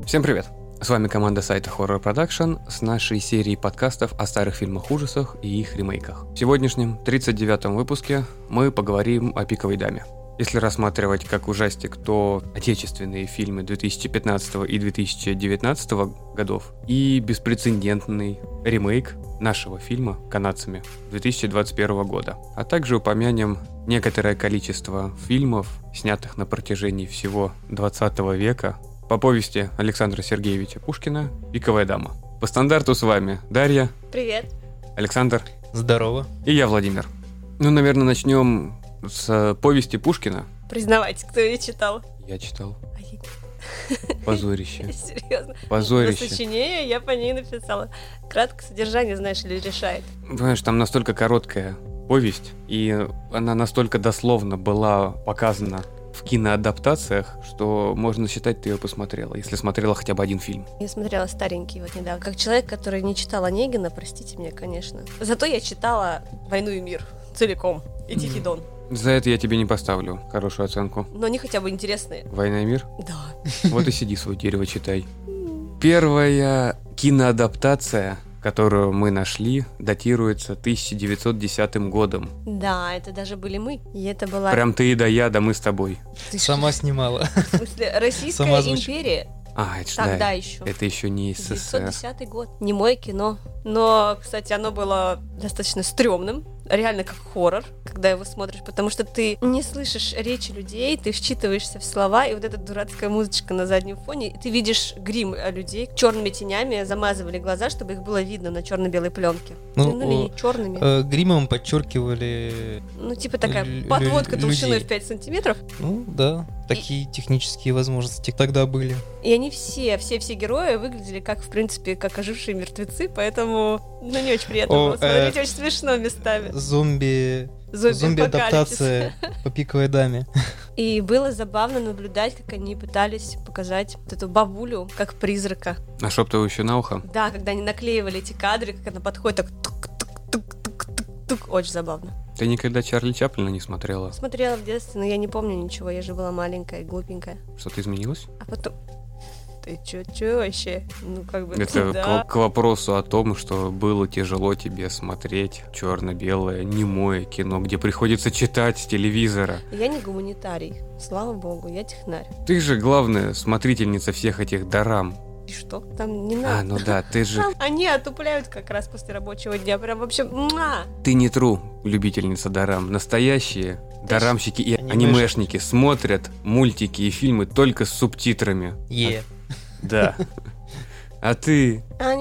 Всем привет! С вами команда сайта Horror Production с нашей серией подкастов о старых фильмах ужасах и их ремейках. В сегодняшнем 39-м выпуске мы поговорим о «Пиковой даме». Если рассматривать как ужастик, то отечественные фильмы 2015 и 2019 годов и беспрецедентный ремейк нашего фильма канадцами 2021 года. А также упомянем некоторое количество фильмов, снятых на протяжении всего 20 века, по повести Александра Сергеевича Пушкина «Пиковая дама». По стандарту с вами Дарья. Привет. Александр. Здорово. И я, Владимир. Наверное, начнем с повести Пушкина. Признавайте, кто ее читал. Я читал. А я... Позорище. Серьезно? Позорище. На сочинение я по ней написала. Краткое содержание, знаешь ли, решает. Понимаешь, там настолько короткая повесть, и она настолько дословно была показана в киноадаптациях, что можно считать, ты ее посмотрела, если смотрела хотя бы один фильм. Я смотрела старенький вот недавно. Как человек, который не читал Онегина, простите меня, конечно. Зато я читала «Войну и мир» целиком. И «Тихий Дон». За это я тебе не поставлю хорошую оценку. Но они хотя бы интересные. «Война и мир»? Да. Вот и сиди, свое дерево читай. Первая киноадаптация, которую мы нашли, датируется 1910 годом. Да, это даже были мы. И это была... Прям ты и да я, да мы с тобой. Сама снимала. В смысле, Российская империя. Это ж Тогда да, еще. это еще не СССР. 1910 год. Немое кино. Но, кстати, оно было достаточно стрёмным. Реально как хоррор, когда его смотришь, потому что ты не слышишь речи людей, ты вчитываешься в слова, и вот эта дурацкая музычка на заднем фоне, и ты видишь грим людей. Черными тенями замазывали глаза, чтобы их было видно на черно-белой пленке. Или черными. Гримом подчеркивали. Ну, типа такая подводка толщиной в 5 сантиметров. Ну, да. Такие технические возможности тогда были. И они все герои выглядели как, в принципе, как ожившие мертвецы, поэтому, не очень приятно было смотреть, очень смешно местами. Зомби-адаптация по «Пиковой даме». И было забавно наблюдать, как они пытались показать вот эту бабулю как призрака. Нашептывающую на ухо? Да, когда они наклеивали эти кадры, как она подходит, так тук-тук-тук-тук-тук. Очень забавно. Ты никогда Чарли Чаплина не смотрела? Смотрела в детстве, но я не помню ничего, я же была маленькая и глупенькая. Что-то изменилось? А потом... Ты чё вообще? Это да. к вопросу о том, что было тяжело тебе смотреть черно-белое, немое кино, где приходится читать с телевизора. Я не гуманитарий, слава богу, я технарь. Ты же главная смотрительница всех этих дорам. И что? Там не надо. Ну да, ты же... Они отупляют как раз после рабочего дня. Прям вообще... Ты не тру, любительница дорам. Настоящие дорамщики и анимешники смотрят мультики и фильмы только с субтитрами. Да. А ты...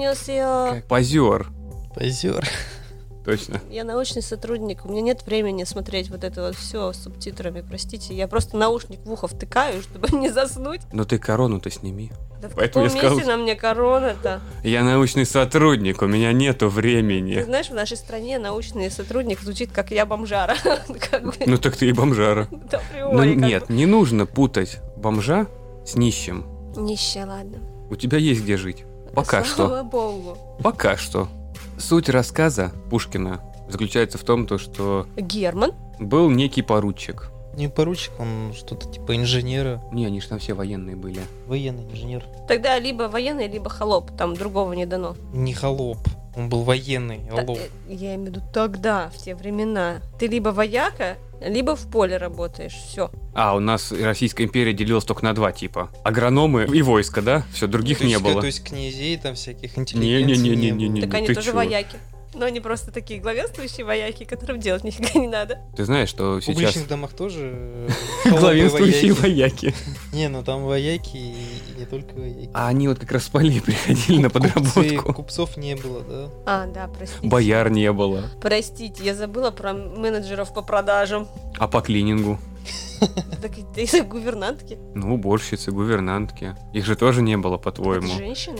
как позер. Позер. Точно. Я научный сотрудник, у меня нет времени смотреть вот это вот все с субтитрами, простите. Я просто наушник в ухо втыкаю, чтобы не заснуть. Но ты корону-то сними. Да в каком месте на мне корона-то? Я научный сотрудник, у меня нету времени. Ты знаешь, в нашей стране научный сотрудник звучит как я бомжара. Ну так ты и бомжара. Но нет, не нужно путать бомжа с нищим. Нищая, ладно. У тебя есть где жить. Пока что. Слава богу. Пока что. Суть рассказа Пушкина заключается в том, что... Герман? Был некий поручик. Не поручик, он что-то типа инженера. Не, они же там все военные были. Военный инженер. Тогда либо военный, либо холоп. Там другого не дано. Не холоп. Он был военный. Я имею в виду тогда, в те времена. Ты либо вояка, либо в поле работаешь. Все. У нас Российская империя делилась только на два типа. Агрономы и войско, да? Все, других не было. То есть князей там всяких интеллигенций не. Так они тоже вояки. Но они просто такие главенствующие вояки, которым делать нифига не надо. Ты знаешь, что сейчас... В публичных домах тоже главенствующие вояки. Не, там вояки и не только вояки. А они вот как раз с полей приходили на подработку. Купцов не было, да? Да, простите. Бояр не было. Простите, я забыла про менеджеров по продажам. А по клинингу? Так это гувернантки. Уборщицы, гувернантки. Их же тоже не было, по-твоему. Это женщины?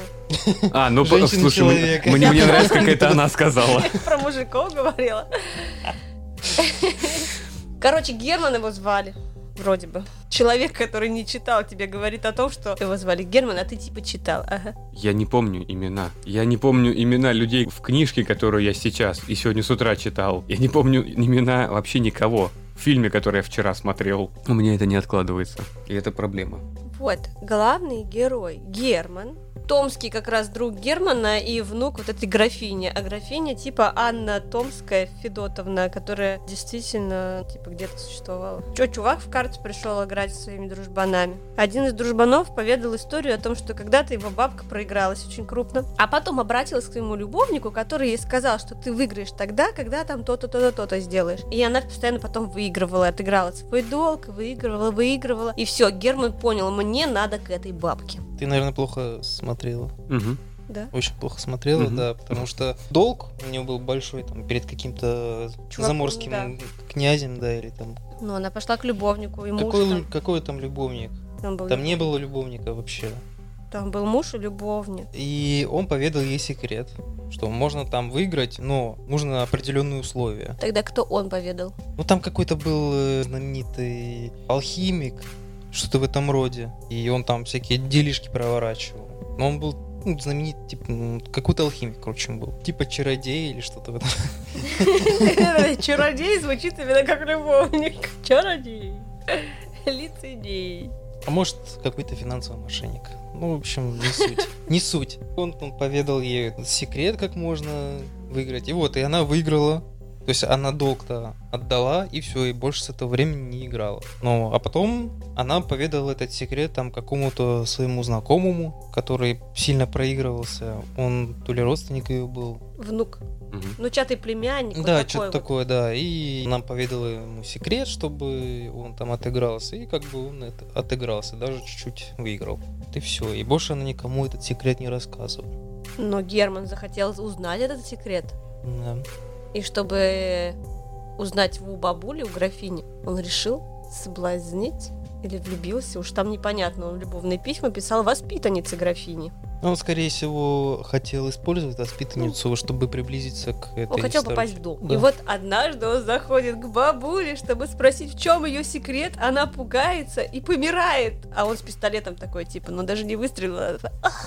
Слушай, мне нравится, как это она сказала. Про мужиков говорила. Короче, Герман его звали. Вроде бы. Человек, который не читал, тебе говорит о том, что его звали Герман, а ты типа читал. Ага. Я не помню имена. Я не помню имена людей в книжке, которую я сейчас и сегодня с утра читал. Я не помню имена вообще никого. В фильме, который я вчера смотрел. У меня это не откладывается. И это проблема. Вот, главный герой Герман. Томский как раз друг Германа и внук вот этой графини. А графиня типа Анна Томская Федотовна, которая действительно типа где-то существовала. Чувак в карты пришел играть со своими дружбанами. Один из дружбанов поведал историю о том, что когда-то его бабка проигралась очень крупно, а потом обратилась к своему любовнику, который ей сказал, что ты выиграешь тогда, когда там то-то, то-то, то-то сделаешь. И она постоянно потом выигрывала, отыграла свой долг, выигрывала. И все, Герман понял, мне надо к этой бабке. Ты, наверное, плохо смотрела. Угу. Да? Очень плохо смотрела, да, потому что долг у него был большой там перед каким-то заморским князем, да, или там. Ну, она пошла к любовнику, и муж. Какой там любовник? Там не было любовника вообще. Там был муж и любовник. И он поведал ей секрет, что можно там выиграть, но нужно определенные условия. Тогда кто он поведал? Ну, там какой-то был знаменитый алхимик, что-то в этом роде. И он там всякие делишки проворачивал. Но он был знаменит, типа, какой-то алхимик, короче, он был. Типа чародей или что-то в этом. Чародей звучит именно как любовник. Чародей. Лицедей. А может, какой-то финансовый мошенник. Ну, в общем, не суть. Не суть. Он поведал ей секрет, как можно выиграть. И вот, и она выиграла. То есть она долг-то отдала, и все, и больше с этого времени не играла. Ну, а потом она поведала этот секрет там какому-то своему знакомому, который сильно проигрывался. Он то ли родственник ее был. Внук. Внучатый племянник. Да, вот что-то вот такое, да. И она поведала ему секрет, чтобы он там отыгрался. И как бы он отыгрался, даже чуть-чуть выиграл. И все. И больше она никому этот секрет не рассказывала. Но Герман захотел узнать этот секрет. Да. И чтобы узнать у бабули, у графини, он решил соблазнить или влюбился, уж там непонятно, он любовные письма писал воспитаннице графини. Он, скорее всего, хотел использовать воспитанницу, чтобы приблизиться к этой Он хотел старухе. попасть в дом. Да. И вот однажды он заходит к бабуле, чтобы спросить, в чем ее секрет. Она пугается и помирает. А он с пистолетом такой, типа, ну даже не выстрелила.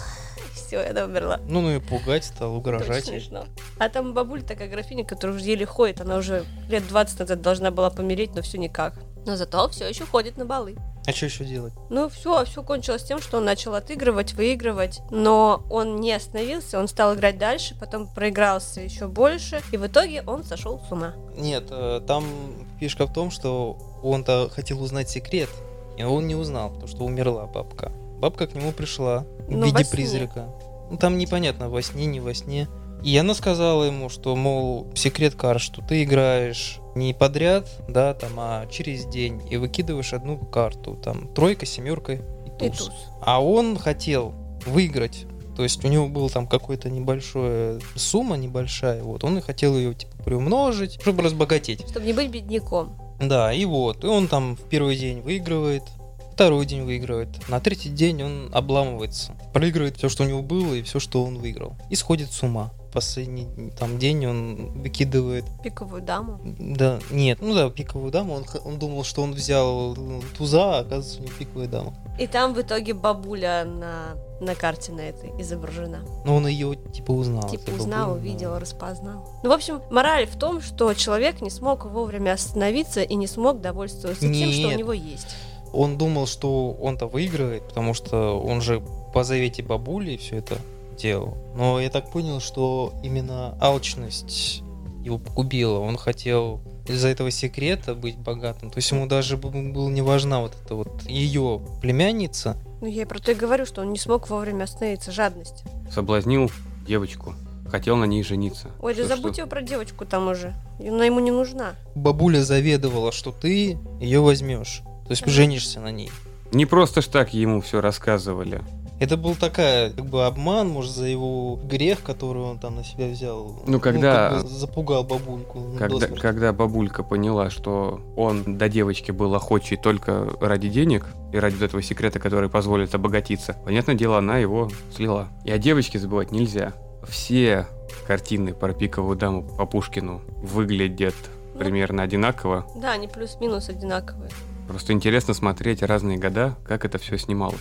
Все, она умерла. Ну и пугать стал, угрожать. Очень смешно. А там бабуля такая графиня, которая уже еле ходит, она уже лет 20 назад должна была помереть, но все никак. Но зато все еще ходит на балы. А что еще делать? Ну все кончилось тем, что он начал отыгрывать, выигрывать, но он не остановился, он стал играть дальше, потом проигрался еще больше, и в итоге он сошел с ума. Нет, там фишка в том, что он-то хотел узнать секрет, и он не узнал, потому что умерла бабка. Бабка к нему пришла в виде призрака. Ну, там непонятно, во сне, не во сне. И она сказала ему, что, мол, секрет карт, что ты играешь не подряд, да, там, а через день, и выкидываешь одну карту, там, тройка, семерка и туз. А он хотел выиграть, то есть у него была там какая-то небольшая сумма, небольшая, вот, он и хотел ее, типа, приумножить, чтобы разбогатеть. Чтобы не быть бедняком. Да, и вот, и он там в первый день выигрывает, второй день выигрывает, на третий день он обламывается, проигрывает все, что у него было, и все, что он выиграл, и сходит с ума. Последний там день он выкидывает... Пиковую даму? Да, нет, ну да, пиковую даму. Он думал, что он взял туза, а оказывается, у него пиковая дама. И там в итоге бабуля на карте на этой изображена. Но он ее типа узнал. Типа узнал, увидел, да. Распознал. Ну, в общем, мораль в том, что человек не смог вовремя остановиться и не смог довольствоваться тем, что у него есть. Он думал, что он-то выигрывает, потому что он же по завете бабули все это делал. Но я так понял, что именно алчность его погубила. Он хотел из-за этого секрета быть богатым. То есть ему даже была не важна вот эта вот ее племянница. Ну я про то и говорю, что он не смог вовремя остановиться. Жадность. Соблазнил девочку. Хотел на ней жениться. Ой, да забудь его про девочку там уже. Она ему не нужна. Бабуля заведовала, что ты ее возьмешь. То есть женишься на ней. Не просто ж так ему все рассказывали. Это был такая, как бы, обман, может, за его грех, который он там на себя взял. Ну, когда... как бы запугал бабульку. Когда бабулька поняла, что он до девочки был охочий только ради денег и ради этого секрета, который позволит обогатиться, понятное дело, она его слила. И о девочке забывать нельзя. Все картины про пиковую даму по Пушкину выглядят примерно одинаково. Да, они плюс-минус одинаковые. Просто интересно смотреть разные года, как это все снималось.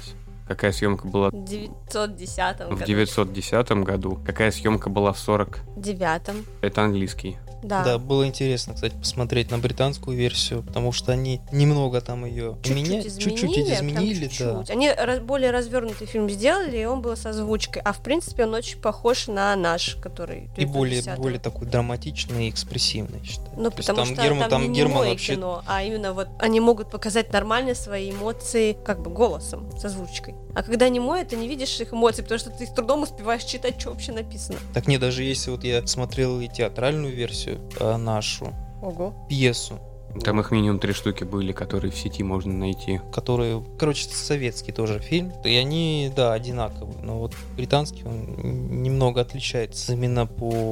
какая съемка была В 910 году. в 910 году, какая съемка была в 9-м. Это английский. Да, было интересно, кстати, посмотреть на британскую версию, потому что они немного там ее чуть-чуть изменили, да. Они более развернутый фильм сделали, и он был с озвучкой. А в принципе он очень похож на наш, который... И более такой драматичный и экспрессивный, считаю. Ну, потому что там не немое вообще... кино, а именно вот они могут показать нормально свои эмоции как бы голосом, с озвучкой. А когда немое, ты не видишь их эмоций, потому что ты с трудом успеваешь читать, что вообще написано. Так нет, даже если вот я смотрел и театральную версию, нашу пьесу. Там их минимум 3 штуки были, которые в сети можно найти. Которые, советский тоже фильм. И они, да, одинаковые. Но вот британский, он немного отличается именно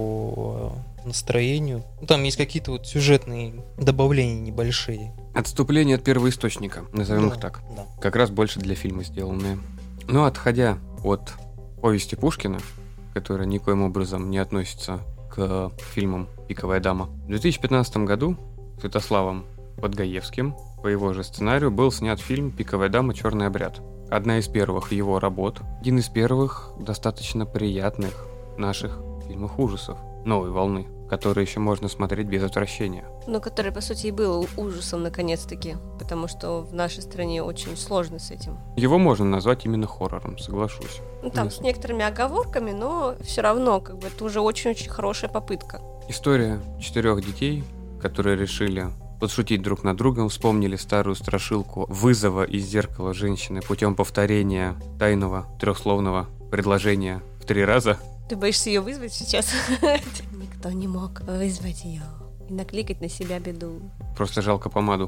по настроению. Ну, там есть какие-то вот сюжетные добавления небольшие. Отступление от первоисточника, назовем их так. Да. Как раз больше для фильма сделанные. Но отходя от повести Пушкина, которая никоим образом не относится к фильмам «Пиковая дама», в 2015 году Святославом Подгаевским по его же сценарию был снят фильм «Пиковая дама. Черный обряд». Одна из первых его работ, один из первых достаточно приятных наших фильмов ужасов новой волны, которые еще можно смотреть без отвращения. Но который, по сути, и был ужасом наконец-таки, потому что в нашей стране очень сложно с этим. Его можно назвать именно хоррором, соглашусь. Ну, там с некоторыми оговорками, но все равно, как бы, это уже очень-очень хорошая попытка. История 4 детей, которые решили подшутить друг над другом, вспомнили старую страшилку вызова из зеркала женщины путем повторения тайного трехсловного предложения в 3 раза. Ты боишься ее вызвать сейчас? Никто не мог вызвать ее и накликать на себя беду. Просто жалко помаду.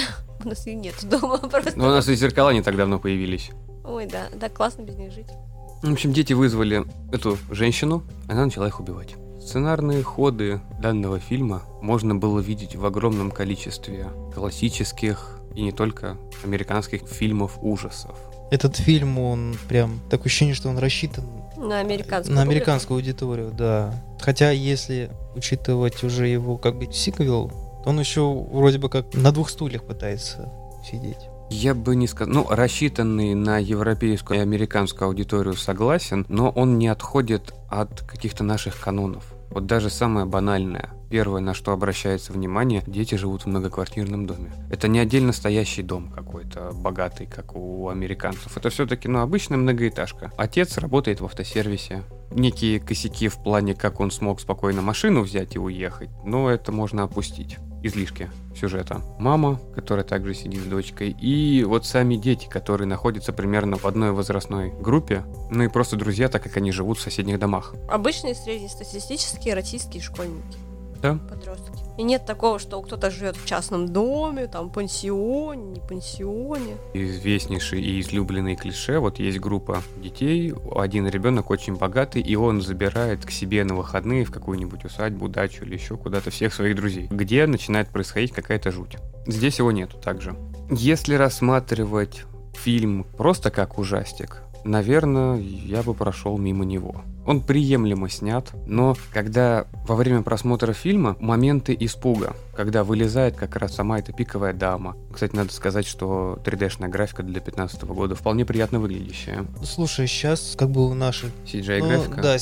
У нас ее нет дома просто. Но у нас и зеркала не так давно появились. Ой, да, классно без них жить. В общем, дети вызвали эту женщину, она начала их убивать. Сценарные ходы данного фильма можно было видеть в огромном количестве классических и не только американских фильмов ужасов. Этот фильм, он прям такое ощущение, что он рассчитан на американскую аудиторию, да. Хотя, если учитывать уже его как бы сиквел, то он еще вроде бы как на 2 стульях пытается сидеть. Я бы не сказал, рассчитанный на европейскую и американскую аудиторию согласен, но он не отходит от каких-то наших канонов. Вот даже самое банальное. Первое, на что обращается внимание, дети живут в многоквартирном доме. Это не отдельно стоящий дом какой-то богатый, как у американцев. Это все-таки, обычная многоэтажка. Отец работает в автосервисе. Некие косяки в плане, как он смог спокойно машину взять и уехать, но это можно опустить. Излишки сюжета. Мама, которая также сидит с дочкой, и вот сами дети, которые находятся примерно в одной возрастной группе, и просто друзья, так как они живут в соседних домах. Обычные среднестатистические российские школьники. Да. Подростки. И нет такого, что кто-то живет в частном доме, там, пансионе, не пансионе. Известнейший и излюбленный клише. Вот есть группа детей, один ребенок очень богатый, и он забирает к себе на выходные в какую-нибудь усадьбу, дачу или еще куда-то всех своих друзей, где начинает происходить какая-то жуть. Здесь его нету также. Если рассматривать фильм просто как ужастик, наверное, я бы прошел мимо него. Он приемлемо снят, но когда во время просмотра фильма моменты испуга, когда вылезает как раз сама эта пиковая дама. Кстати, надо сказать, что 3D-шная графика для 2015 года вполне приятно выглядящая. Слушай, сейчас как бы наши... CGI-графика? Да,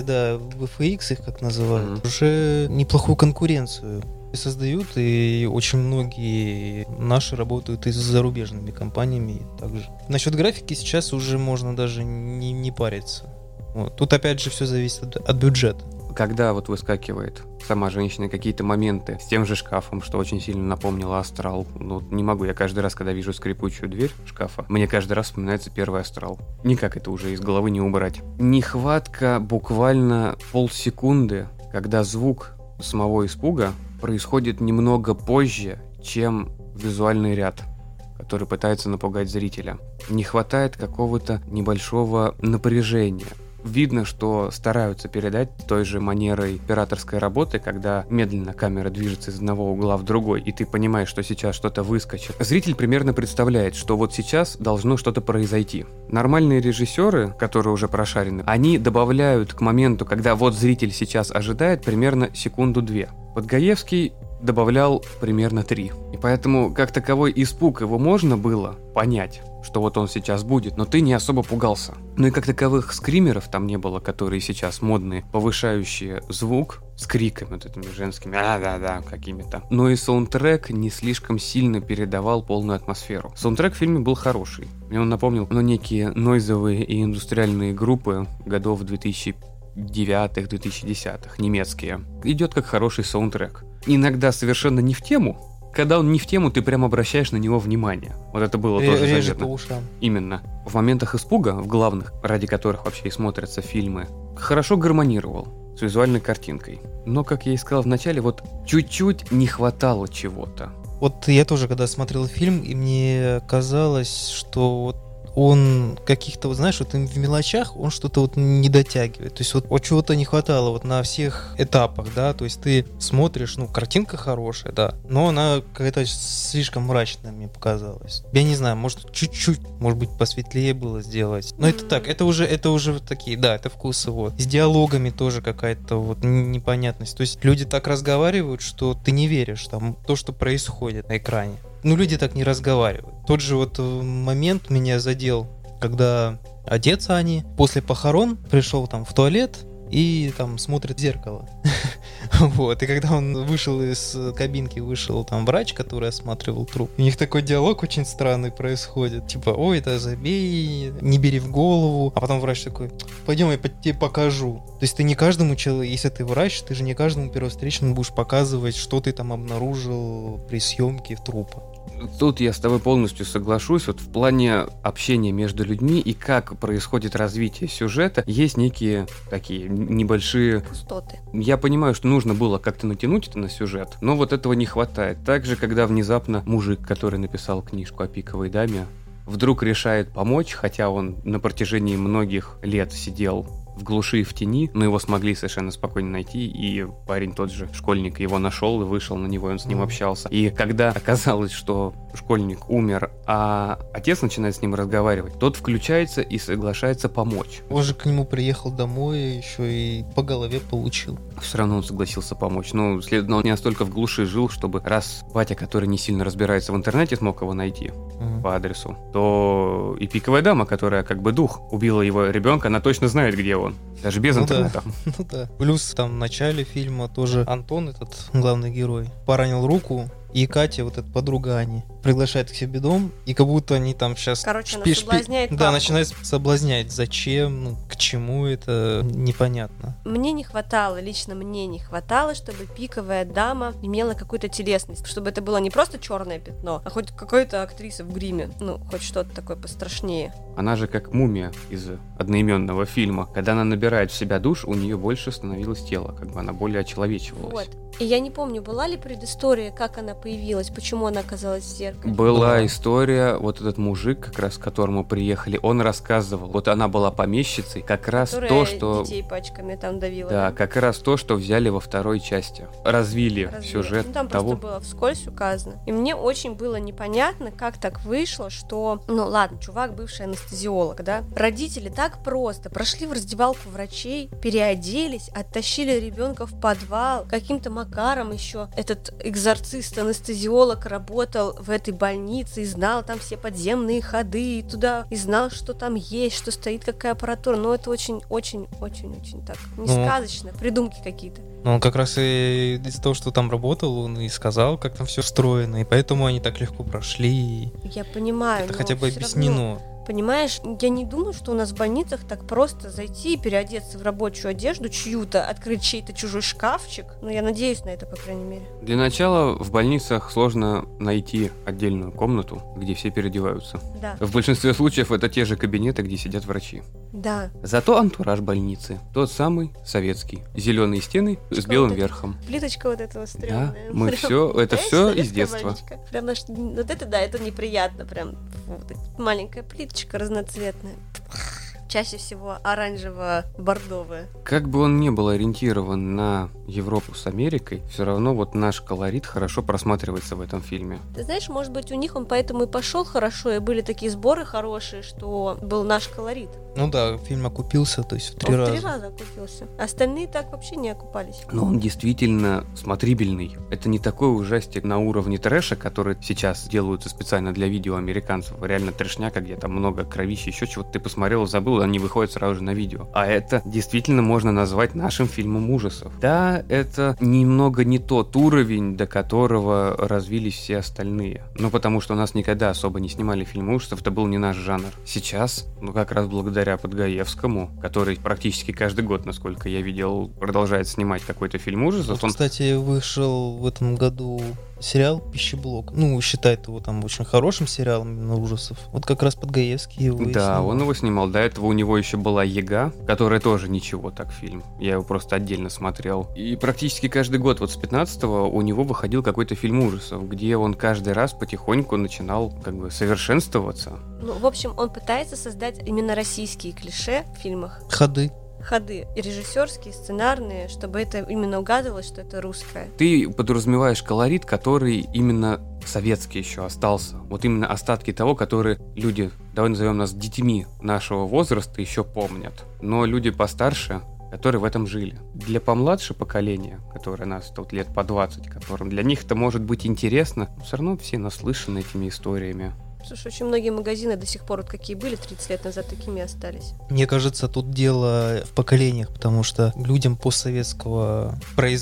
VFX их как называют. Уже неплохую конкуренцию создают, и очень многие наши работают и с зарубежными компаниями также. Насчет графики сейчас уже можно даже не париться. Вот. Тут опять же все зависит от бюджета. Когда вот выскакивает сама женщина, какие-то моменты с тем же шкафом, что очень сильно напомнило «Астрал». Не могу, я каждый раз, когда вижу скрипучую дверь шкафа, мне каждый раз вспоминается первый «Астрал». Никак это уже из головы не убрать. Нехватка буквально полсекунды, когда звук самого испуга происходит немного позже, чем визуальный ряд, который пытается напугать зрителя. Не хватает какого-то небольшого напряжения. Видно, что стараются передать той же манерой операторской работы, когда медленно камера движется из одного угла в другой, и ты понимаешь, что сейчас что-то выскочит. Зритель примерно представляет, что вот сейчас должно что-то произойти. Нормальные режиссеры, которые уже прошарены, они добавляют к моменту, когда вот зритель сейчас ожидает, примерно секунду-две. Подгаевский добавлял примерно 3. И поэтому, как таковой испуг, его можно было понять, что вот он сейчас будет, но ты не особо пугался. Ну и как таковых скримеров там не было, которые сейчас модные, повышающие звук с криками вот этими женскими, да-да-да, какими-то. Но и саундтрек не слишком сильно передавал полную атмосферу. Саундтрек в фильме был хороший. Мне он напомнил, некие нойзовые и индустриальные группы годов 2009-2010-х, немецкие. Идет как хороший саундтрек. Иногда совершенно не в тему. Когда он не в тему, ты прям обращаешь на него внимание. Вот это было тоже режет заметно. по ушам. Именно. В моментах испуга, в главных, ради которых вообще и смотрятся фильмы, хорошо гармонировал с визуальной картинкой. Но, как я и сказал в начале, вот чуть-чуть не хватало чего-то. Вот я тоже, когда смотрел фильм, и мне казалось, что вот он каких-то, вот знаешь, вот в мелочах он что-то вот не дотягивает. То есть вот чего-то не хватало вот на всех этапах, да. То есть ты смотришь, картинка хорошая, да, но она какая-то слишком мрачная мне показалась. Я не знаю, может чуть-чуть, может быть, посветлее было сделать. Но это так, это уже вот такие, да, это вкусы вот. С диалогами тоже какая-то вот непонятность. То есть люди так разговаривают, что ты не веришь там то, что происходит на экране. Люди так не разговаривают. Тот же вот момент меня задел, когда отец Ани после похорон пришел там в туалет и там смотрит в зеркало. Вот, и когда он вышел из кабинки, вышел там врач, который осматривал труп. У них такой диалог очень странный происходит. Типа, ой, это забей, не бери в голову. А потом врач такой, пойдем, я тебе покажу. То есть ты не каждому человеку, если ты врач, ты же не каждому первовстречному будешь показывать, что ты там обнаружил при съемке трупа. Тут я с тобой полностью соглашусь. Вот в плане общения между людьми и как происходит развитие сюжета, есть некие такие небольшие пустоты. Я понимаю, что нужно было как-то натянуть это на сюжет, но вот этого не хватает. Также, когда внезапно мужик, который написал книжку о пиковой даме, вдруг решает помочь, хотя он на протяжении многих лет сидел в глуши и в тени, но его смогли совершенно спокойно найти, и парень тот же, школьник, его нашел и вышел на него, и он с ним общался. И когда оказалось, что школьник умер, а отец начинает с ним разговаривать, тот включается и соглашается помочь. Он же к нему приехал домой, еще и по голове получил. Все равно он согласился помочь. Ну, следовательно, он не настолько в глуши жил, чтобы раз батя, который не сильно разбирается в интернете, смог его найти по адресу, то и пиковая дама, которая как бы дух, убила его ребенка, она точно знает, где он. Даже без интернета. Да. Плюс там в начале фильма тоже Антон, этот главный герой, поранил руку, и Катя, вот эта подруга Ани, приглашает к себе дом, и как будто они там сейчас... Короче, она соблазняет папу. Да, начинает соблазнять. Зачем, к чему, это непонятно. Лично мне не хватало, чтобы пиковая дама имела какую-то телесность. Чтобы это было не просто черное пятно, а хоть какая-то актриса в гриме. Хоть что-то такое пострашнее. Она же как мумия из одноименного фильма. Когда она набирает в себя душ, у нее больше становилось тело, как бы она более очеловечивалась. Вот. И я не помню, была ли предыстория, как она появилась, почему она оказалась в зеркале. Была история, вот этот мужик, как раз к которому приехали, он рассказывал, вот она была помещицей, как раз которая то, что... детей пачками там давила. Да, как раз то, что взяли во второй части. Развили. Сюжет там того. просто было вскользь указано. И мне очень было непонятно, как так вышло, что... ладно, чувак бывший анестезиолог, да? Родители так просто прошли в раздевалку врачей, переоделись, оттащили ребенка в подвал, каким-то макаром еще этот экзорцист-анестезиолог работал в этой больнице и знал там все подземные ходы и туда, и знал, что там есть, что стоит какая аппаратура. Это очень-очень-очень-очень так не сказочно, придумки какие-то. Он как раз и из-за того, что там работал, он и сказал, как там все встроено, и поэтому они так легко прошли. Я понимаю, это хотя бы объяснено. Понимаешь, я не думаю, что у нас в больницах так просто зайти и переодеться в рабочую одежду чью-то, открыть чей-то чужой шкафчик. Я надеюсь на это, по крайней мере. Для начала в больницах сложно найти отдельную комнату, где все переодеваются. Да. В большинстве случаев это те же кабинеты, где сидят врачи. Да. Зато антураж больницы тот самый советский. Зеленые стены с белым верхом. Плиточка вот этого стрёмная. Да, мы все, это все из детства. Больничка. Прям вот это да, это неприятно, прям маленькая плиточка разноцветная. Чаще всего оранжево-бордовая. Как бы он ни был ориентирован на Европу с Америкой, все равно вот наш колорит хорошо просматривается в этом фильме. Ты знаешь, может быть, у них он поэтому и пошел хорошо, и были такие сборы хорошие, что был наш колорит. Ну да, фильм окупился, то есть в 3 раза. В 3 раза окупился. Остальные так вообще не окупались. Но он действительно смотрибельный. Это не такой ужастик на уровне трэша, который сейчас делаются специально для видео американцев. Реально трэшняка, где там много кровища, еще чего-то ты посмотрел, забыл, они выходят сразу же на видео. А это действительно можно назвать нашим фильмом ужасов. Да, это немного не тот уровень, до которого развились все остальные. Ну, потому что у нас никогда особо не снимали фильмы ужасов, это был не наш жанр. Сейчас, ну, как раз благодаря Подгаевскому, который практически каждый год, насколько я видел, продолжает снимать какой-то фильм ужасов. Вот, кстати, вышел в этом году сериал «Пищеблок». Ну, считает его там очень хорошим сериалом именно ужасов. Вот как раз Подгаевский его Да, он его снимал. До этого у него еще была «Яга», которая тоже ничего так фильм. Я его просто отдельно смотрел. И практически каждый год, вот с 15-го, у него выходил какой-то фильм ужасов, где он каждый раз потихоньку начинал как бы совершенствоваться. Ну, в общем, он пытается создать именно российские клише в фильмах. Ходы и режиссерские, сценарные, чтобы это именно угадывалось, что это русское. Ты подразумеваешь колорит, который именно советский еще остался. Вот именно остатки того, которые люди, давай назовем нас детьми нашего возраста, еще помнят. Но люди постарше, которые в этом жили. Для помладше поколения, которое нас тут лет по 20, которым для них это может быть интересно, но все равно все наслышаны этими историями. Слушай, очень многие магазины до сих пор, вот какие были 30 лет назад, такими остались. Мне кажется, тут дело в поколениях, потому что людям постсоветского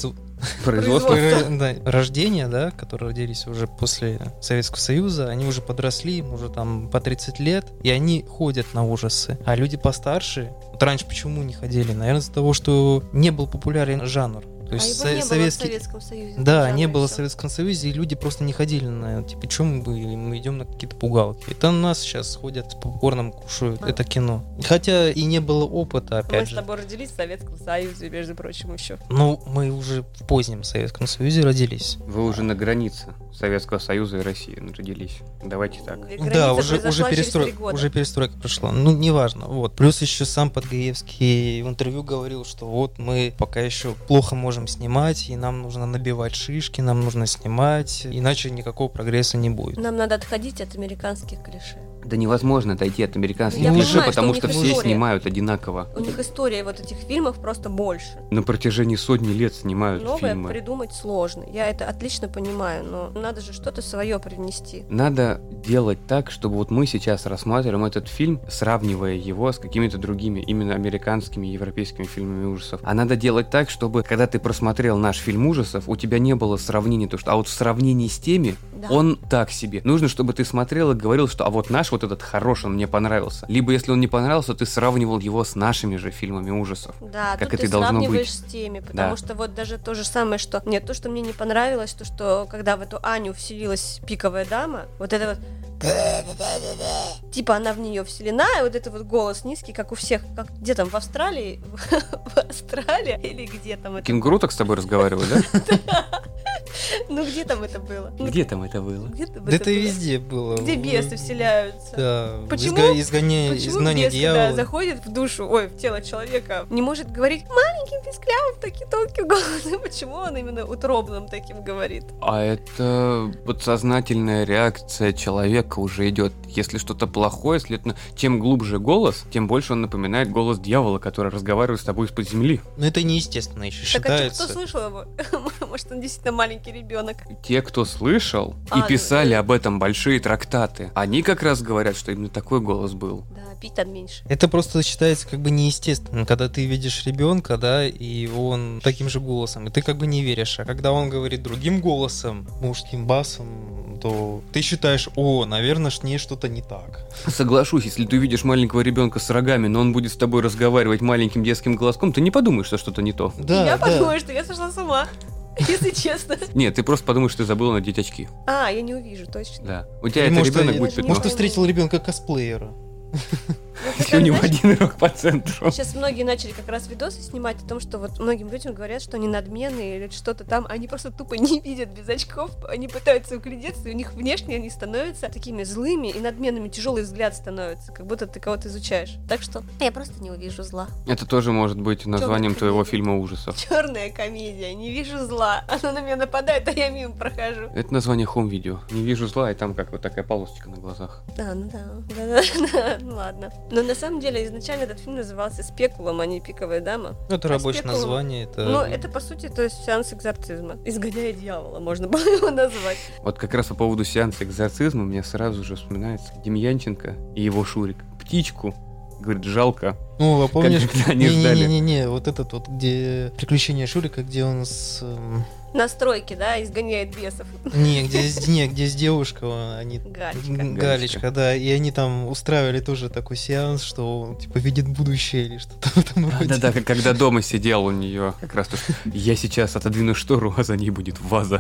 рождения, да, которые родились уже после Советского Союза, они уже подросли, им уже там по 30 лет, и они ходят на ужасы. А люди постарше, вот раньше почему не ходили? Наверное, из-за того, что не был популярен жанр. То есть его не было в Советском Союзе. Да, не было в Советском Союзе, и люди просто не ходили на, типа, чем мы идем на какие-то пугалки. Это у нас сейчас ходят с попкорном, кушают это кино. Хотя и не было опыта, опять же. Мы с тобой родились в Советском Союзе, между прочим, еще. Ну, мы уже в позднем Советском Союзе родились. Вы уже на границе Советского Союза и России родились. Давайте так. Да, уже перестройка прошла. Ну, неважно. Вот. Плюс еще сам Подгаевский в интервью говорил, что вот мы пока еще плохо можем снимать, и нам нужно набивать шишки, нам нужно снимать, иначе никакого прогресса не будет. Нам надо отходить от американских клише. Да невозможно отойти от американских клише, клише, потому что все снимают одинаково. У них история вот этих фильмов просто больше. На протяжении сотни лет снимают новое фильмы. Придумать сложно. Я это отлично понимаю, но надо же что-то свое привнести. Надо делать так, чтобы вот мы сейчас рассматриваем этот фильм, сравнивая его с какими-то другими, именно американскими, европейскими фильмами ужасов. А надо делать так, чтобы, когда ты просмотрел наш фильм ужасов, у тебя не было сравнения, а вот в сравнении с теми, да, он так себе. Нужно, чтобы ты смотрел и говорил, что а вот наш вот этот хороший, он мне понравился. Либо, если он не понравился, ты сравнивал его с нашими же фильмами ужасов. Да, как тут это ты должно сравниваешь быть. С теми, потому что вот даже то же самое, что нет, то, что мне не понравилось, то, что когда в эту Аню вселилась пиковая дама, вот это вот типа она в нее вселена, и вот это вот голос низкий, как у всех, как где там в Австралии, в Австралии или где там это? Кенгуру так с тобой разговаривают, да? Ну где там это было? Где там это было? Да это везде было. Где бесы вселяются? Да. Почему изгнание бес, дьявола. когда заходит в душу, в тело человека, не может говорить маленьким писклявым, таким тонким голосом? Почему он именно утробным таким говорит? А это подсознательная реакция человека уже идет. Если что-то плохое, следовательно, чем глубже голос, тем больше он напоминает голос дьявола, который разговаривает с тобой из-под земли. Но это неестественно еще так считается. А кто слышал его? Может, он действительно маленький ребенок? Те, кто слышал и писали об этом большие трактаты, они как раз говорят, что именно такой голос был. Да, пить там меньше. Это просто считается как бы неестественно, когда ты видишь ребенка, да, и он таким же голосом, и ты как бы не веришь. А когда он говорит другим голосом, мужским басом, то ты считаешь, наверное, с ней что-то не так. Соглашусь, если ты увидишь маленького ребенка с рогами, но он будет с тобой разговаривать маленьким детским голоском, ты не подумаешь, что что-то не то. Да, я подумаю, что я сошла с ума. Если честно. Нет, ты просто подумаешь, что ты забыла надеть очки. Я не увижу, точно. Да. У тебя это ребенок будет пятно. Может, ты встретил ребенка косплеера. Если у него один рог по центру. Сейчас многие начали как раз видосы снимать о том, что вот многим людям говорят, что они надменные или что-то там, они просто тупо не видят без очков, они пытаются углядеться, и у них внешне они становятся такими злыми и надменными, тяжелый взгляд становится, как будто ты кого-то изучаешь. Так что я просто не увижу зла. Это тоже может быть названием твоего фильма ужасов. Черная комедия, не вижу зла, она на меня нападает, а я мимо прохожу. Это название хоум-видео. Не вижу зла, и там как вот такая полосочка на глазах. Ну ладно. Но на самом деле изначально этот фильм назывался «Спекулум», а не «Пиковая дама». Это рабочее «Спекулум», название. Ну, это, по сути, то есть сеанс экзорцизма. «Изгоняя дьявола» можно было его назвать. Вот как раз по поводу сеанса экзорцизма мне сразу же вспоминается Демьянченко и его Шурик. Птичку. Говорит, жалко. Ну, а помнишь? Когда они ждали. Не-не-не, вот этот вот, где приключения Шурика, где он с... На стройке, да, изгоняет бесов. где с девушкой, они... Галечка. Да, и они там устраивали тоже такой сеанс, что он, типа, видит будущее или что-то в этом роде. Да-да, когда дома сидел у нее, как раз то, что я сейчас отодвину штору, а за ней будет ваза.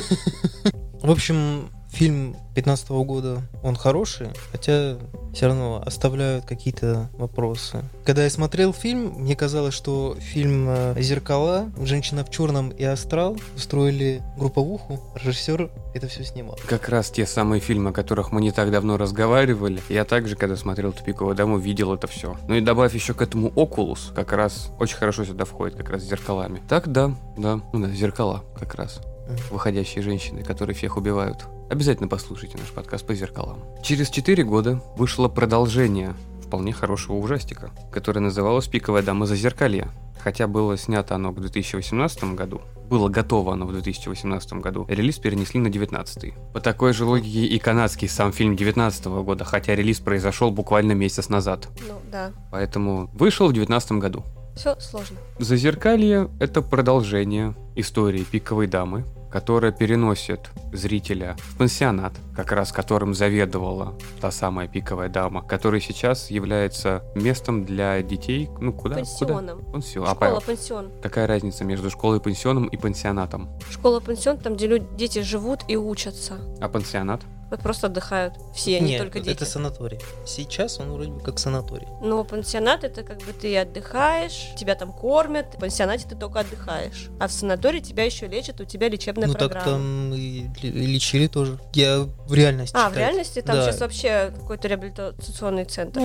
В общем, фильм 2015 года, он хороший, хотя все равно оставляют какие-то вопросы. Когда я смотрел фильм, мне казалось, что фильм «Зеркала», «Женщина в черном» и «Астрал» устроили групповуху, режиссер это все снимал. Как раз те самые фильмы, о которых мы не так давно разговаривали. Я также, когда смотрел «Тупиковую даму», видел это все. Ну и добавь еще к этому «Окулус», как раз очень хорошо сюда входит, как раз с зеркалами. Так, да, зеркала как раз. Выходящие женщины, которые всех убивают. Обязательно послушайте наш подкаст по зеркалам. Через 4 года вышло продолжение вполне хорошего ужастика, которое называлось «Пиковая дама Зазеркалья». Хотя было снято оно в 2018 году, было готово оно в 2018 году, релиз перенесли на 2019. По такой же логике и канадский сам фильм 2019 года, хотя релиз произошел буквально месяц назад. Ну, да. Поэтому вышел в 2019 году. Все сложно. «Зазеркалье» — это продолжение истории «Пиковой дамы», которая переносит зрителя в пансионат, как раз которым заведовала та самая пиковая дама, который сейчас является местом для детей. Ну, куда? Пансионом. Куда? Пансион. Школа-пансион. Какая разница между школой-пансионом и пансионатом? Школа-пансион, там, где дети живут и учатся. А пансионат? Вот просто отдыхают все, не только дети. Это санаторий. Сейчас он вроде бы как санаторий. Но пансионат — это как бы ты отдыхаешь, тебя там кормят, в пансионате ты только отдыхаешь. А в санатории тебя еще лечат, у тебя лечебная программа. Ну так там и лечили тоже. Я в реальности в реальности? Там сейчас вообще какой-то реабилитационный центр.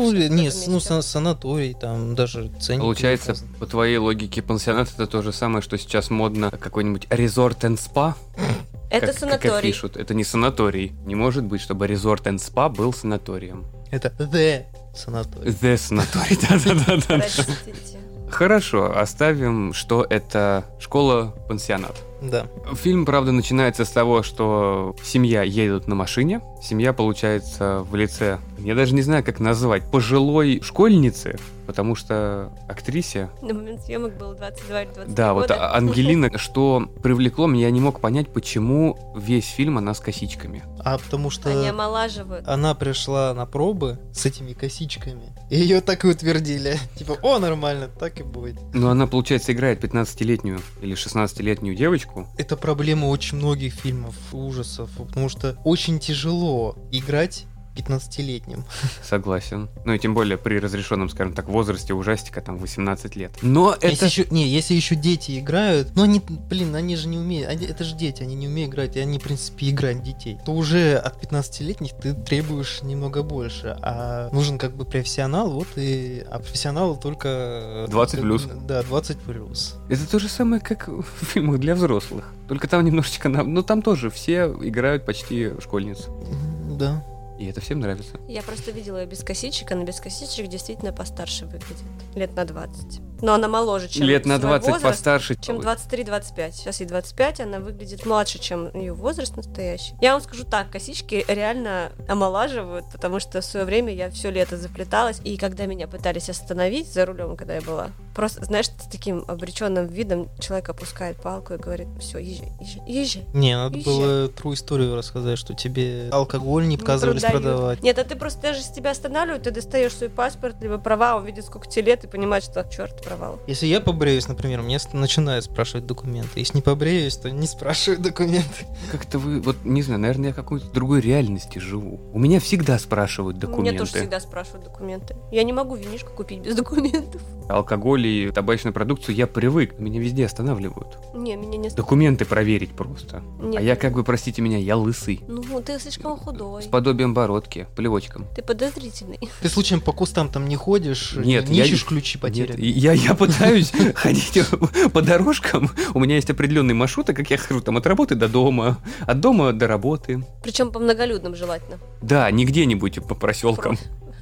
Санаторий, там даже ценники. Получается, по твоей логике, пансионат — это то же самое, что сейчас модно какой-нибудь resort and spa? Это санаторий. Как пишут, это не санаторий. Не может быть, чтобы Resort and Spa был санаторием. Это The санаторий. The санаторий, да-да-да. Простите. Хорошо, оставим, что это школа-пансионат. Да. Фильм, правда, начинается с того, что семья едут на машине. Семья, получается, в лице, я даже не знаю, как назвать, пожилой школьницы, потому что актрисе... На момент съемок было 22 или 23 Да, года. вот Ангелина, что привлекло меня, я не мог понять, почему весь фильм она с косичками. А потому что... Они омолаживают. Она пришла на пробы с этими косичками, и ее так и утвердили. Типа, нормально, так и будет. Но она, получается, играет 15-летнюю или 16-летнюю девочку. Это проблема очень многих фильмов ужасов, потому что очень тяжело играть 15-летним. Согласен. Ну и тем более при разрешенном, скажем так, возрасте ужастика, там, 18 лет. Но это... Если еще дети играют, но они же не умеют, это же дети, они не умеют играть, и они, в принципе, играют детей, то уже от 15-летних ты требуешь немного больше, а нужен как бы профессионал, а профессионал только... 20+. Да, 20+. Это то же самое, как в фильмах для взрослых. Только там немножечко... Ну там тоже все играют почти школьниц. Да. И это всем нравится. Я просто видела ее без косичек, она без косичек действительно постарше выглядит. Лет на 20. Но она моложе, чем лет на 20 возраст, постарше. чем 23-25. Сейчас ей 25, она выглядит младше, чем ее возраст настоящий. Я вам скажу так, косички реально омолаживают, потому что в свое время я все лето заплеталась, и когда меня пытались остановить за рулем, когда я была, просто, знаешь, с таким обреченным видом человек опускает палку и говорит: все, езжай. Не, надо было true историю рассказать, что тебе алкоголь не отказывались продавать. Нет, а ты просто даже с тебя останавливают, ты достаешь свой паспорт, либо права, он видит, сколько тебе лет, и понимает, что черт, провал. Если я побреюсь, например, мне начинают спрашивать документы. Если не побреюсь, то не спрашивают документы. Как-то вы, вот не знаю, наверное, я в какой-то другой реальности живу. У меня всегда спрашивают документы. Меня тоже всегда спрашивают документы. Я не могу винишко купить без документов. Алкоголь и табачную продукцию я привык, меня везде останавливают. Не, меня не... Документы проверить просто. Нет, а я как бы, простите меня, я лысый. Ну, ты слишком худой. С подобием бородки, плевочком. Ты подозрительный. Ты случаем по кустам там не ходишь? Нет, не ищешь ключи потерянные? Я пытаюсь ходить по дорожкам. У меня есть определенный маршрут, как я хожу там от работы до дома, от дома до работы. Причем по многолюдным желательно. Да, не где-нибудь по проселкам.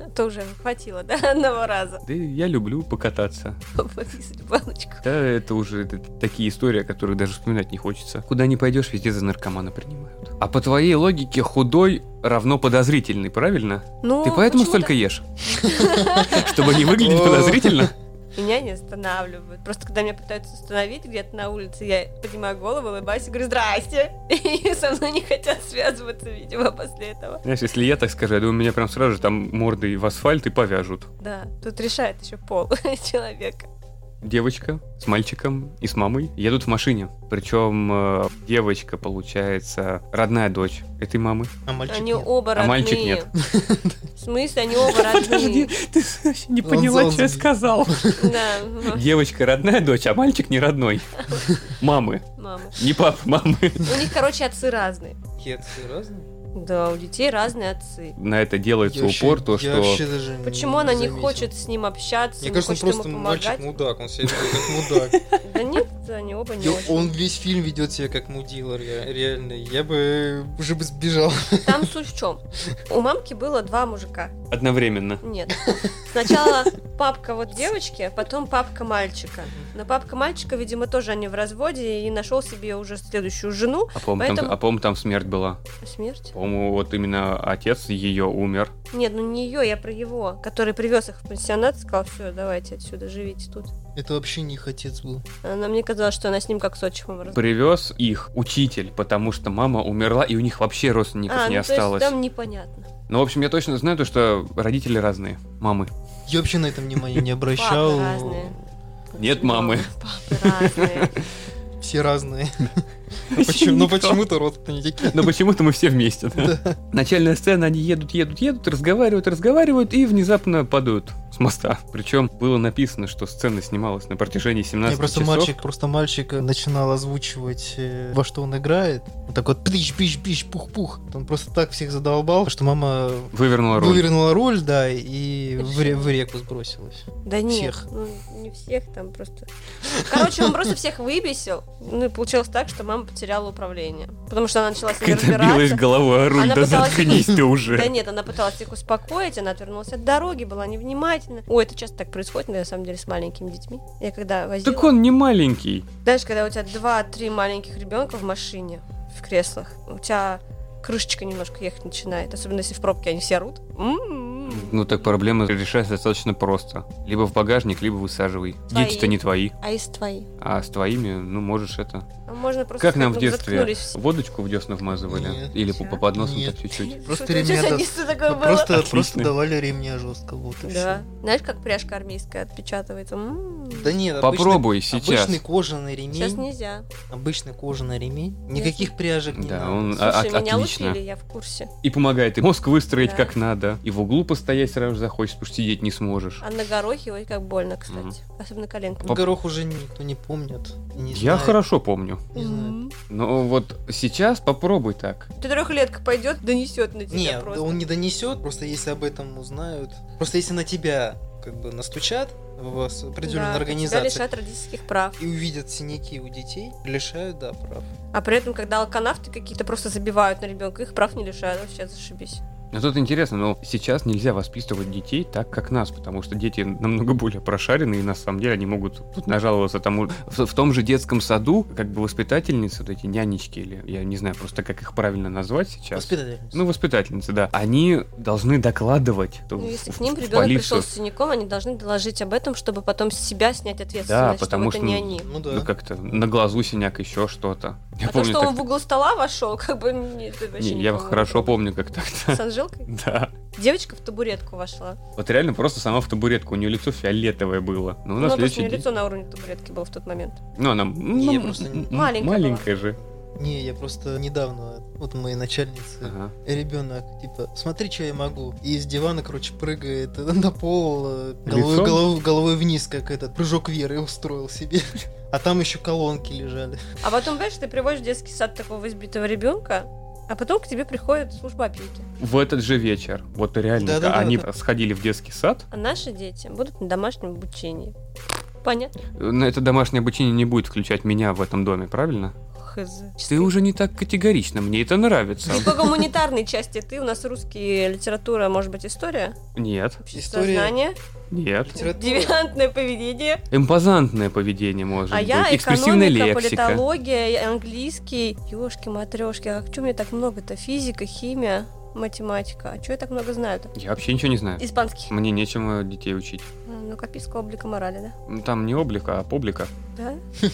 То уже хватило, да, одного раза. Да я люблю покататься. Пописать в баночку. Да, это уже такие истории, о которых даже вспоминать не хочется. Куда ни пойдешь, везде за наркомана принимают. А по твоей логике худой равно подозрительный, правильно? Ну, Ты поэтому почему-то столько ешь? Чтобы не выглядеть подозрительно? Меня не останавливают. Просто когда меня пытаются остановить где-то на улице, я поднимаю голову, улыбаюсь и говорю «Здрасте!» И со мной не хотят связываться, видимо, после этого. Знаешь, если я так скажу, я думаю, меня прям сразу же там мордой в асфальт и повяжут. Да, тут решает еще пол человека. Девочка с мальчиком и с мамой едут в машине. Причем девочка, получается, родная дочь этой мамы. А мальчик Они нет. оба А родные. мальчик нет. В смысле, они оба родные? ты не поняла, что я сказал. Да, Девочка родная дочь, а мальчик не родной. Мамы. мама. Не папа, мамы. У них, короче, отцы разные. Отцы разные? Да, у детей разные отцы. На это делается Я упор, вообще- то, я что... вообще даже Почему она не заметил. хочет с ним общаться, Мне не кажется, он хочет просто ему помогать? мальчик-мудак, он себя ведет как мудак. Да нет, они оба не очень. Он весь фильм ведет себя как мудила, реально. Я бы уже бы сбежал. Там суть в чем? У мамки было 2 мужика. Одновременно. Нет. Сначала папка вот девочки, потом папка мальчика. Но папка мальчика, видимо, тоже они в разводе и нашел себе уже следующую жену. А по-моему, там смерть была. Смерть? По-моему, вот именно отец ее умер. Нет, ну не ее, я про его, который привез их в пансионат и сказал, все, давайте отсюда, живите тут. Это вообще не их отец был. Мне казалось, что она с ним как с отчимом разговаривала. Привез их учитель, потому что мама умерла, и у них вообще родственников не ну, то осталось. есть там непонятно. Ну, в общем, я точно знаю то, что родители разные. Мамы. Я вообще на это внимание не обращал. Папы разные. Нет мамы. Папы разные. Все разные. Никто. Но почему-то родственники. Но почему-то мы все вместе. Да? Начальная сцена, они едут, разговаривают и внезапно падают с моста. Причем было написано, что сцена снималась на протяжении 17 часов. Просто мальчик начинал озвучивать, во что он играет. Вот так вот пиш-пиш-пиш, пух-пух. Он просто так всех задолбал, что мама Вывернула руль. да, и в реку сбросилась. Да нет, Всех. ну не всех, там просто... Короче, он просто всех выбесил. Ну и получилось так, что мама потеряла управление. Потому что она начала с ними Когда билась разбираться. головой о руль, Она да пыталась заткнись ты уже. Да нет, она пыталась их успокоить, она отвернулась от дороги, была невнимательна. Ой, это часто так происходит, на самом деле, с маленькими детьми. Я когда возила... Так он не маленький. Знаешь, когда у тебя 2-3 маленьких ребенка в машине, в креслах, у тебя крышечка немножко ехать начинает, особенно если в пробке они все орут. Ну так проблема решается достаточно просто. Либо в багажник, либо высаживай. Твои. Дети-то не твои. А если твои? А с твоими, ну, можешь это... А можно просто Как нам в сказать, детстве заткнулись все. водочку в десна вмазывали? Нет. Или по подносам Нет. так чуть-чуть? Просто Что ремня за да- детство такое было? Просто Отлично. давали ремня жестко, вот и Да. все. Знаешь, как пряжка армейская отпечатывается? Да нет, Попробуй сейчас. Обычный кожаный Сейчас ремень. нельзя. Обычный кожаный ремень. Никаких пряжек не Да, надо. он Слушай, меня отлично. учили, я в курсе. И помогает и мозг выстроить Да. как надо, и в углу постоять сразу же захочешь, потому что сидеть не сможешь. А на горохе, ой, как больно, кстати. Мгм. Особенно коленка. Горох уже никто не помнит. Не Я знает, хорошо помню. не знает. Мгм. Но вот сейчас попробуй так. Ты 3-летка пойдет, донесет на тебя Нет, просто. он не донесет, просто если об этом узнают. Просто если на тебя как бы настучат в определенной Да, тебя организации лишат родительских прав. и увидят синяки у детей, лишают, да, прав. А при этом, когда алканавты какие-то просто забивают на ребенка, их прав не лишают. Вообще зашибись. Но тут интересно, но сейчас нельзя воспитывать детей так, как нас, потому что дети намного более прошаренные, и на самом деле они могут тут нажаловаться тому... В том же детском саду, как бы воспитательницы, вот эти нянечки, или я не знаю просто, как их правильно назвать сейчас. Воспитательница. Ну, воспитательницы, да. Они должны докладывать Ну, если в к ним в ребенок полицию. пришел с синяком, они должны доложить об этом, чтобы потом с себя снять ответственность, Да, что потому это что, не ну, они. Ну да. Ну, как-то на глазу синяк, еще что-то. Я А то, помню, что как... он в угол стола вошел, как бы нет, это вообще Не, я никого не хорошо трогает. помню, как так-то. С Анжелкой? Да. Девочка в табуретку вошла. Вот реально просто сама в табуретку. У нее лицо фиолетовое было. Но Ну, на просто у следующий нее день... лицо на уровне табуретки было в тот момент. Ну, она Не, просто маленькая маленькая же. Не, я просто недавно, вот у моей начальницы, Ага. ребенок, типа, смотри, что я могу. И из дивана, короче, прыгает на пол, Лицом? головой вниз, как этот прыжок веры устроил себе. А там еще колонки лежали. А потом, понимаешь, ты приводишь в детский сад такого избитого ребенка, а потом к тебе приходит служба опеки. В этот же вечер, вот реально, Да-да-да, они да. сходили в детский сад. А наши дети будут на домашнем обучении. Понятно? На это домашнее обучение не будет включать меня в этом доме, правильно? хз. Ты уже не так категорично, мне это нравится. И по гуманитарной части ты, у нас русский, литература, может быть, история? Нет. Обществознание? Нет. Девиантное поведение? Импозантное поведение, может быть. Я Экспрессивная экономика, лексика. политология, английский. Ёшки-матрёшки, а чё мне так много-то? Физика, химия, математика. А чё я так много знаю-то? Я вообще ничего не знаю. Испанский. Мне нечему детей учить. Ну, копийска облика морали, да? Ну, там не облика, а публика. Да?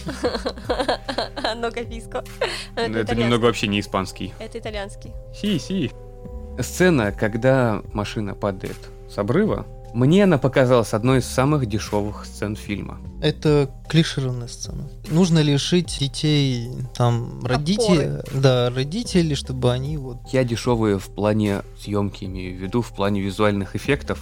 Но копийска. Но это немного вообще не испанский. Это итальянский. Си. Сцена, когда машина падает с обрыва, мне она показалась одной из самых дешевых сцен фильма. Это клишированная сцена. Нужно лишить детей там родителей, чтобы они вот... Я дешевые в плане съемки имею в виду, в плане визуальных эффектов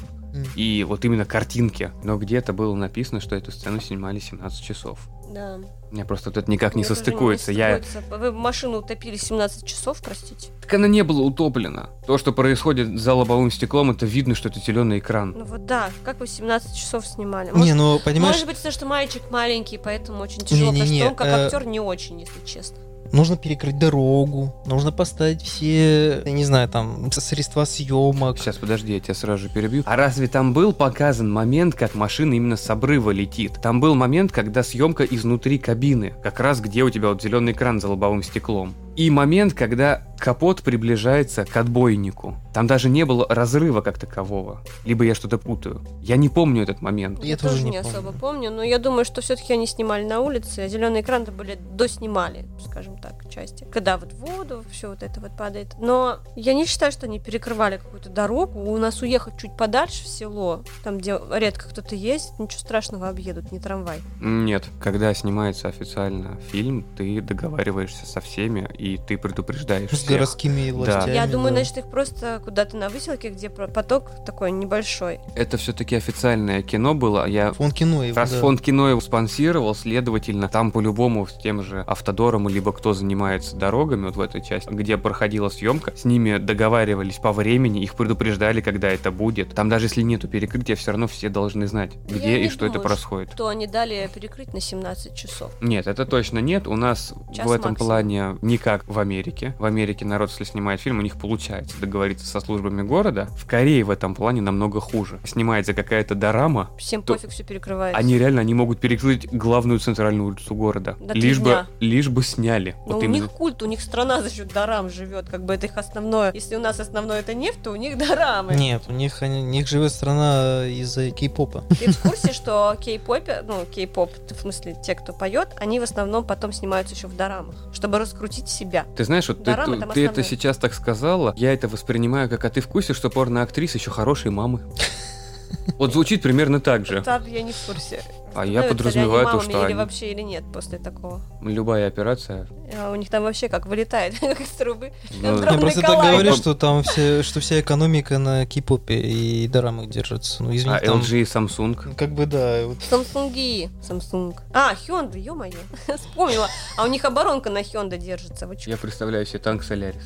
и вот именно картинки. Но где-то было написано, что эту сцену снимали 17 часов. Да. У меня просто тут никак не Нет, уже состыкуется. Вы машину утопили 17 часов, простите? Так она не была утоплена. То, что происходит за лобовым стеклом, это видно, что это зеленый экран. Ну вот да, как вы 17 часов снимали? Понимаешь... Может быть, потому что мальчик маленький, поэтому очень тяжело, потому что он как актер не очень, если честно. Нужно перекрыть дорогу, нужно поставить все, я не знаю, там, средства съемок. Сейчас, подожди, я тебя сразу же перебью. А разве там был показан момент, как машина именно с обрыва летит? Там был момент, когда съемка изнутри кабины, как раз где у тебя вот зеленый экран за лобовым стеклом. И момент, когда капот приближается к отбойнику. Там даже не было разрыва как такового. Либо я что-то путаю. Я не помню этот момент. Я тоже не особо помню, но я думаю, что все-таки они снимали на улице, а зеленый экран-то были доснимали, скажем так, части. Когда вот в воду все вот это вот падает. Но я не считаю, что они перекрывали какую-то дорогу. У нас уехать чуть подальше в село, там, где редко кто-то ездит, ничего страшного, объедут, не трамвай. Нет, когда снимается официально фильм, ты договариваешься со всеми, и ты предупреждаешь с городскими властями. Да. Я думаю, значит, их просто куда-то на выселке, где поток такой небольшой. Это все-таки официальное кино было. Фонд кино его, раз фонд кино его спонсировал, следовательно, там по-любому с тем же Автодором, либо кто занимается дорогами, вот в этой части, где проходила съемка, с ними договаривались по времени, их предупреждали, когда это будет. Там даже если нету перекрытия, все равно все должны знать, где и что это происходит. Что они дали перекрыть на 17 часов. Нет, это точно нет. У нас в этом плане никак в Америке. В Америке народ, если снимает фильм, у них получается договориться со службами города. В Корее в этом плане намного хуже. Снимается какая-то дорама. Всем пофиг, все перекрывается. Они могут перекрыть главную центральную улицу города. Лишь бы сняли. Но вот у них культ, у них страна за счет дорам живет. Как бы это их основное. Если у нас основное это нефть, то у них дорамы. Нет, у них живет страна из-за кей-попа. Ты в курсе, что кей-поп, в смысле те, кто поет, они в основном потом снимаются еще в дорамах, чтобы раскрутить себя. Ты знаешь, вот ты это сейчас так сказала, я это воспринимаю как, а ты в курсе, что порно-актрисы еще хорошие мамы? Вот звучит примерно так же. Там я не в курсе. А я подразумеваю то, что или вообще, или нет после такого. Любая операция. А у них там вообще как вылетает, как из трубы. Я просто так говорю, что там вся экономика на кей-попе и дорамах держится. Ну, извините, а LG и Samsung? Как бы да. Samsung. А, Hyundai, ё-моё. Вспомнила. А у них оборонка на Hyundai держится. Я представляю себе танк Solaris.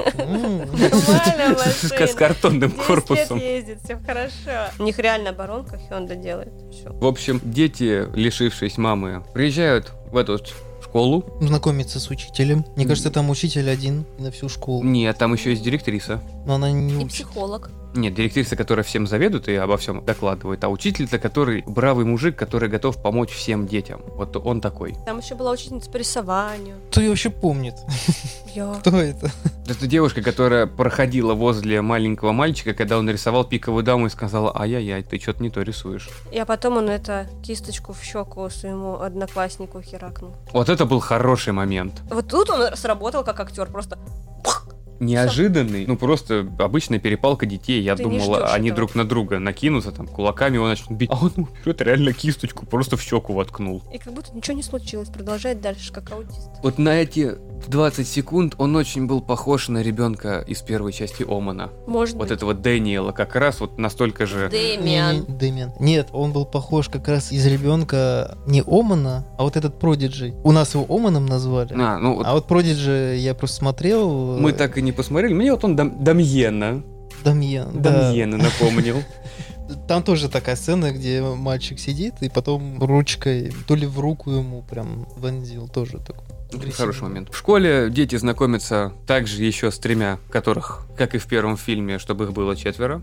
Нормальная машина. С картонным корпусом. 10 лет ездит, все хорошо. У них реально оборонка Hyundai делает. В общем, дети, лишившись мамы, приезжают в эту школу. Знакомиться с учителем. Мне кажется, там учитель один на всю школу. Нет, там еще есть директриса. Но она не учит. И психолог. Нет, директриса, которая всем заведует и обо всем докладывает, а учитель-то, который бравый мужик, который готов помочь всем детям. Вот он такой. Там еще была учительница по рисованию. Кто ее вообще помнит? Я. Кто это? Это девушка, которая проходила возле маленького мальчика, когда он нарисовал пиковую даму и сказала: ай-яй-яй, ты что-то не то рисуешь. И потом он кисточку в щеку своему однокласснику херакнул. Вот это был хороший момент. Вот тут он сработал как актер, просто... Неожиданный, просто обычная перепалка детей. Я думал, они друг на друга накинутся, там, кулаками его начнут бить. А он берет реально кисточку, просто в щеку воткнул. И как будто ничего не случилось, продолжает дальше, как аутист. Вот на эти 20 секунд он очень был похож на ребенка из первой части Омана. Может быть. Вот этого Дэниела, как раз вот настолько же... Дэмиан. Нет, он был похож как раз из ребенка не Омана, а вот этот Продиджи. У нас его Оманом назвали. А вот Продиджи я просто смотрел. Мы так и не посмотрели. Мне вот он Дамьена напомнил. Там тоже такая сцена, где мальчик сидит и потом ручкой, то ли в руку ему прям вонзил, тоже такой. Хороший момент. В школе дети знакомятся также еще с 3, которых, как и в первом фильме, чтобы их было 4.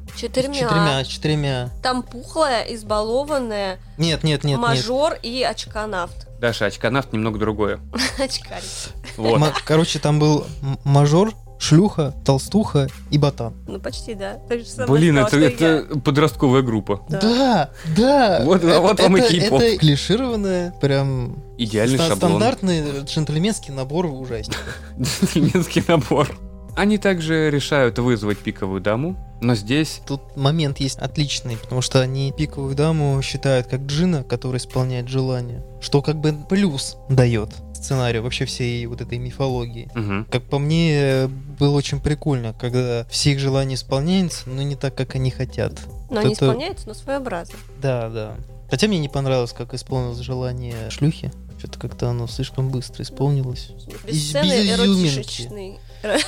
4. Там пухлая, избалованная, Нет. мажор и очканавт. Даша, очканавт немного другое. Очкарик. Вот. Короче, там был мажор, шлюха, толстуха и ботан. Ну, почти, да. Так же самое Блин, сказала, что это подростковая группа. Да. Да. Вот вам и кей-поп. Это клишированное, прям Идеальный шаблон. стандартный джентльменский набор ужастиков. Джентльменский набор. Они также решают вызвать пиковую даму, но здесь... Тут момент есть отличный, потому что они пиковую даму считают как джина, который исполняет желание, что как бы плюс дает сценарию вообще всей вот этой мифологии. Угу. Как по мне, было очень прикольно, когда все их желания исполняются, но не так, как они хотят. Но они исполняются, но своеобразно. Да. Хотя мне не понравилось, как исполнилось желание шлюхи. Что-то как-то оно слишком быстро исполнилось. Без сцены эротичной.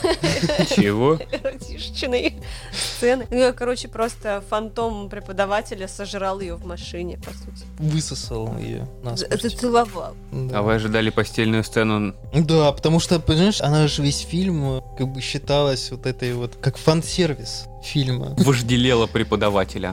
Чего? Эротичные сцены. Ну, короче, просто фантом преподавателя сожрал ее в машине, по сути. Высосал ее насмерть. Зацеловал. Да. А вы ожидали постельную сцену? Да, потому что, понимаешь, она же весь фильм как бы считалась вот этой вот, как фан-сервис фильма. Вожделела преподавателя.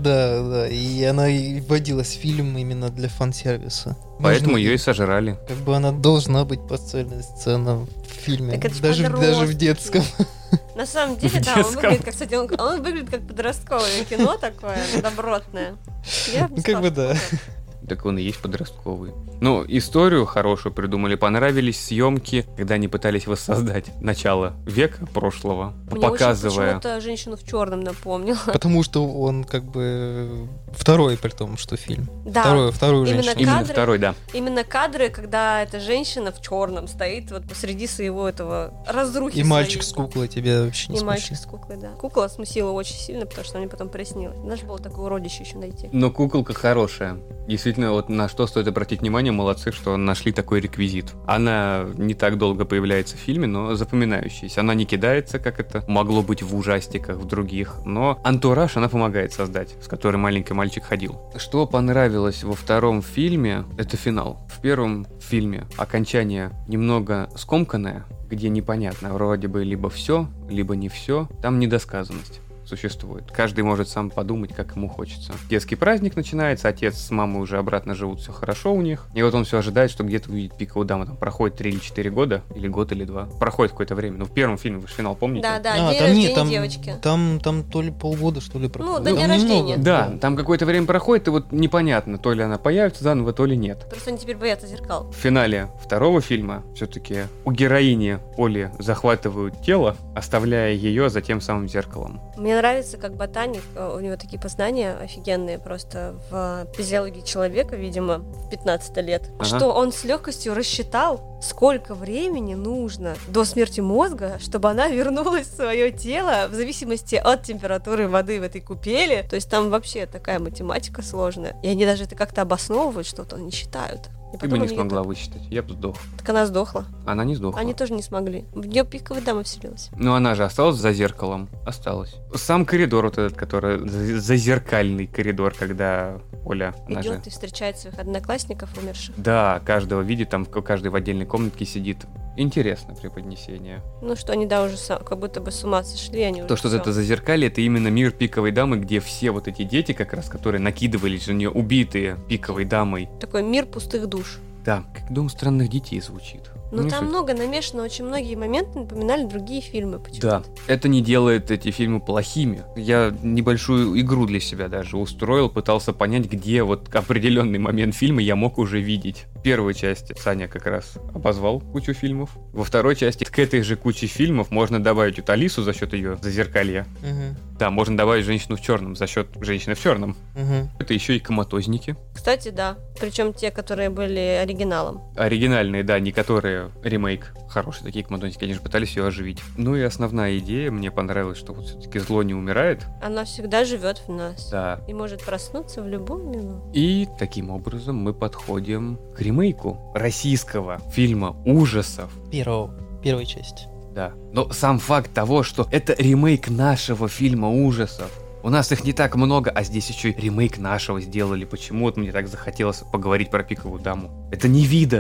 Да, и она и вводилась в фильм именно для фан-сервиса. Поэтому ее и сожрали. Как бы она должна быть постельная сцена в фильме. Так это ж даже в подростки. детском. На самом деле, да, он выглядит как, кстати, он выглядит как подростковое кино такое, добротное. Я бы Как бы да. Так он и есть подростковый. Ну, историю хорошую придумали. Понравились съемки, когда они пытались воссоздать начало века прошлого, Мне показывая... почему-то «Женщину в черном» напомнила. Потому что он как бы второй, при том, что фильм. Да, Вторую именно женщину. Именно кадры. второй, да. Именно кадры, когда эта женщина в черном стоит вот посреди своего этого разрухи. И мальчик своей. с куклой тебя вообще не И мальчик смущает. с куклой, да. Кукла смусила очень сильно, потому что она мне потом приснилась. Надо же было такое уродище еще найти. Но куколка хорошая. Действительно, вот на что стоит обратить внимание, молодцы, что нашли такой реквизит. Она не так долго появляется в фильме, но запоминающаяся. Она не кидается, как это могло быть в ужастиках, в других. Но антураж она помогает создать, с которым маленький мальчик ходил. Что понравилось во втором фильме, это финал. В первом фильме окончание немного скомканное, где непонятно, вроде бы либо все, либо не все. Там недосказанность существует. Каждый может сам подумать, как ему хочется. Детский праздник начинается, отец с мамой уже обратно живут, все хорошо у них. И вот он все ожидает, что где-то увидит пиковую даму. Там проходит 3 или 4 года, или год, или 2. Проходит какое-то время. Ну, в первом фильме, вы же финал помните? Да, день там рождения нет, девочки. Там то ли полгода, что ли, проходит. до дня Там немного. рождения. Да, там какое-то время проходит, и вот непонятно, то ли она появится заново, то ли нет. Просто они теперь боятся зеркал. В финале второго фильма все-таки у героини Оли захватывают тело, оставляя ее за тем самым зеркалом. Мне нравится, как ботаник, у него такие познания офигенные просто в физиологии человека, видимо, в 15 лет, Ага. что он с легкостью рассчитал, сколько времени нужно до смерти мозга, чтобы она вернулась в свое тело в зависимости от температуры воды в этой купели. То есть там вообще такая математика сложная. И они даже это как-то обосновывают, что-то они считают. И Ты бы потом не они смогла это- высчитать, я бы сдох. Так она сдохла. Она не сдохла. Они тоже не смогли. В нее пиковая дама вселилась. Но она же осталась за зеркалом. Осталась. Сам коридор вот этот, который зазеркальный коридор, когда Оля, она же... Идет и встречает своих одноклассников умерших. Да, каждого видит, там каждый в отдельной комнатке сидит. Интересно преподнесение. Ну что, они, да, уже как будто бы с ума сошли, они То, уже что всё. это зазеркалье, это именно мир пиковой дамы, где все вот эти дети, как раз, которые накидывались на нее, убитые пиковой дамой. Такой мир пустых душ. Да, как дом странных детей звучит. Но Не там суть. много намешано, очень многие моменты напоминали другие фильмы почему-то. Да, это не делает эти фильмы плохими. Я небольшую игру для себя даже устроил, пытался понять, где вот определенный момент фильма я мог уже видеть. В первой части Саня как раз обозвал кучу фильмов. Во второй части к этой же куче фильмов можно добавить вот Алису за счет ее зазеркалья. Мгм. Да, можно добавить Женщину в черном за счет женщины в черном. Мгм. Это еще и коматозники. Кстати, да. Причем те, которые были оригиналом. Оригинальные, да, не которые ремейк. Хорошие такие коматозники, они же пытались ее оживить. Ну и основная идея, мне понравилась, что вот все-таки зло не умирает. Она всегда живет в нас. Да. И может проснуться в любую минуту. И таким образом мы подходим к ремейку российского фильма ужасов. Первой части. Да. Но сам факт того, что это ремейк нашего фильма ужасов. У нас их не так много, а здесь еще и ремейк нашего сделали. Почему-то мне так захотелось поговорить про пиковую даму. Это невиданно.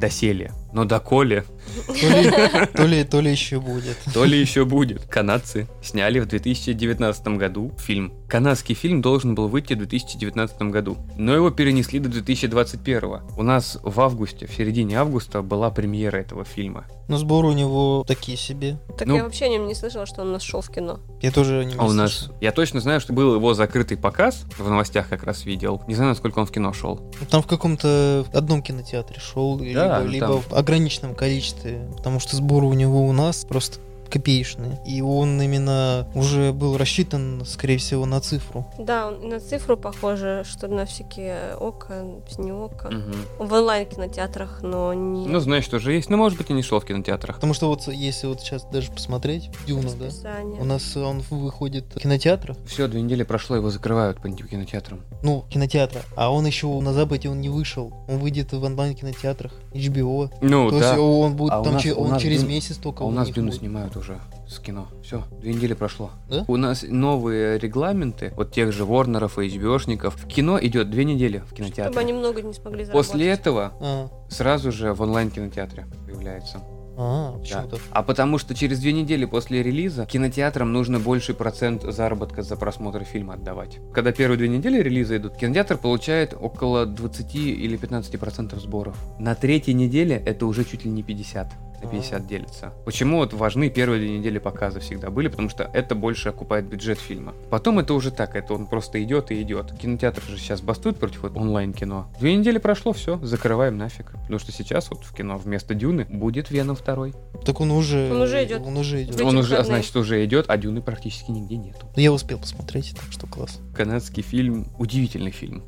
доселе. Но доколе? То ли еще будет. То ли еще будет. Канадцы сняли в 2019 году фильм. Канадский фильм должен был выйти в 2019 году, но его перенесли до 2021. У нас в августе, в середине августа была премьера этого фильма. Но сборы у него такие себе. Так я вообще о нем не слышала, что он у нас шел в кино. Я тоже о нем не слышал. Я точно знаю, что был его закрытый показ, в новостях как раз видел. Не знаю, насколько он в кино шел. Там в каком-то одном кинотеатре шел, либо в ограниченном количестве, потому что сборы у него у нас просто копеечные. И он именно уже был рассчитан, скорее всего, на цифру. Да, он на цифру похоже, что на всякие око, не око. Угу. В онлайн-кинотеатрах, но не... Ну, значит, уже есть. Но, может быть, и не шел в кинотеатрах. Потому что вот если вот сейчас даже посмотреть, Дюна, да? У нас он выходит в кинотеатрах. Все, 2 недели прошло, его закрывают по кинотеатрам. Ну, кинотеатра. А он еще на Западе он не вышел. Он выйдет в онлайн-кинотеатрах. HBO. Ну, то да. есть он будет он через месяц только. А у нас Дюну снимают уже с кино. Все, 2 недели прошло. Да? У нас новые регламенты, вот тех же Ворнеров и HBO-шников. В кино идет 2 недели в кинотеатре. Чтобы они много не смогли заработать. После этого сразу же в онлайн-кинотеатре появляется. Почему так? А потому что через 2 недели после релиза кинотеатрам нужно больший процент заработка за просмотр фильма отдавать. Когда первые 2 недели релиза идут, кинотеатр получает около 20 или 15% сборов. На 3-й неделе это уже чуть ли не 50. На 50 делится. Почему вот важны первые 2 недели показа всегда были? Потому что это больше окупает бюджет фильма. Потом это уже так, это он просто идет и идет. Кинотеатры же сейчас бастуют против онлайн-кино. 2 недели прошло, все, закрываем нафиг. Потому что сейчас вот в кино вместо Дюны будет Веном 2. Так он уже идет. Значит, уже идет, а Дюны практически нигде нету. Я успел посмотреть, так что класс. Канадский фильм, удивительный фильм.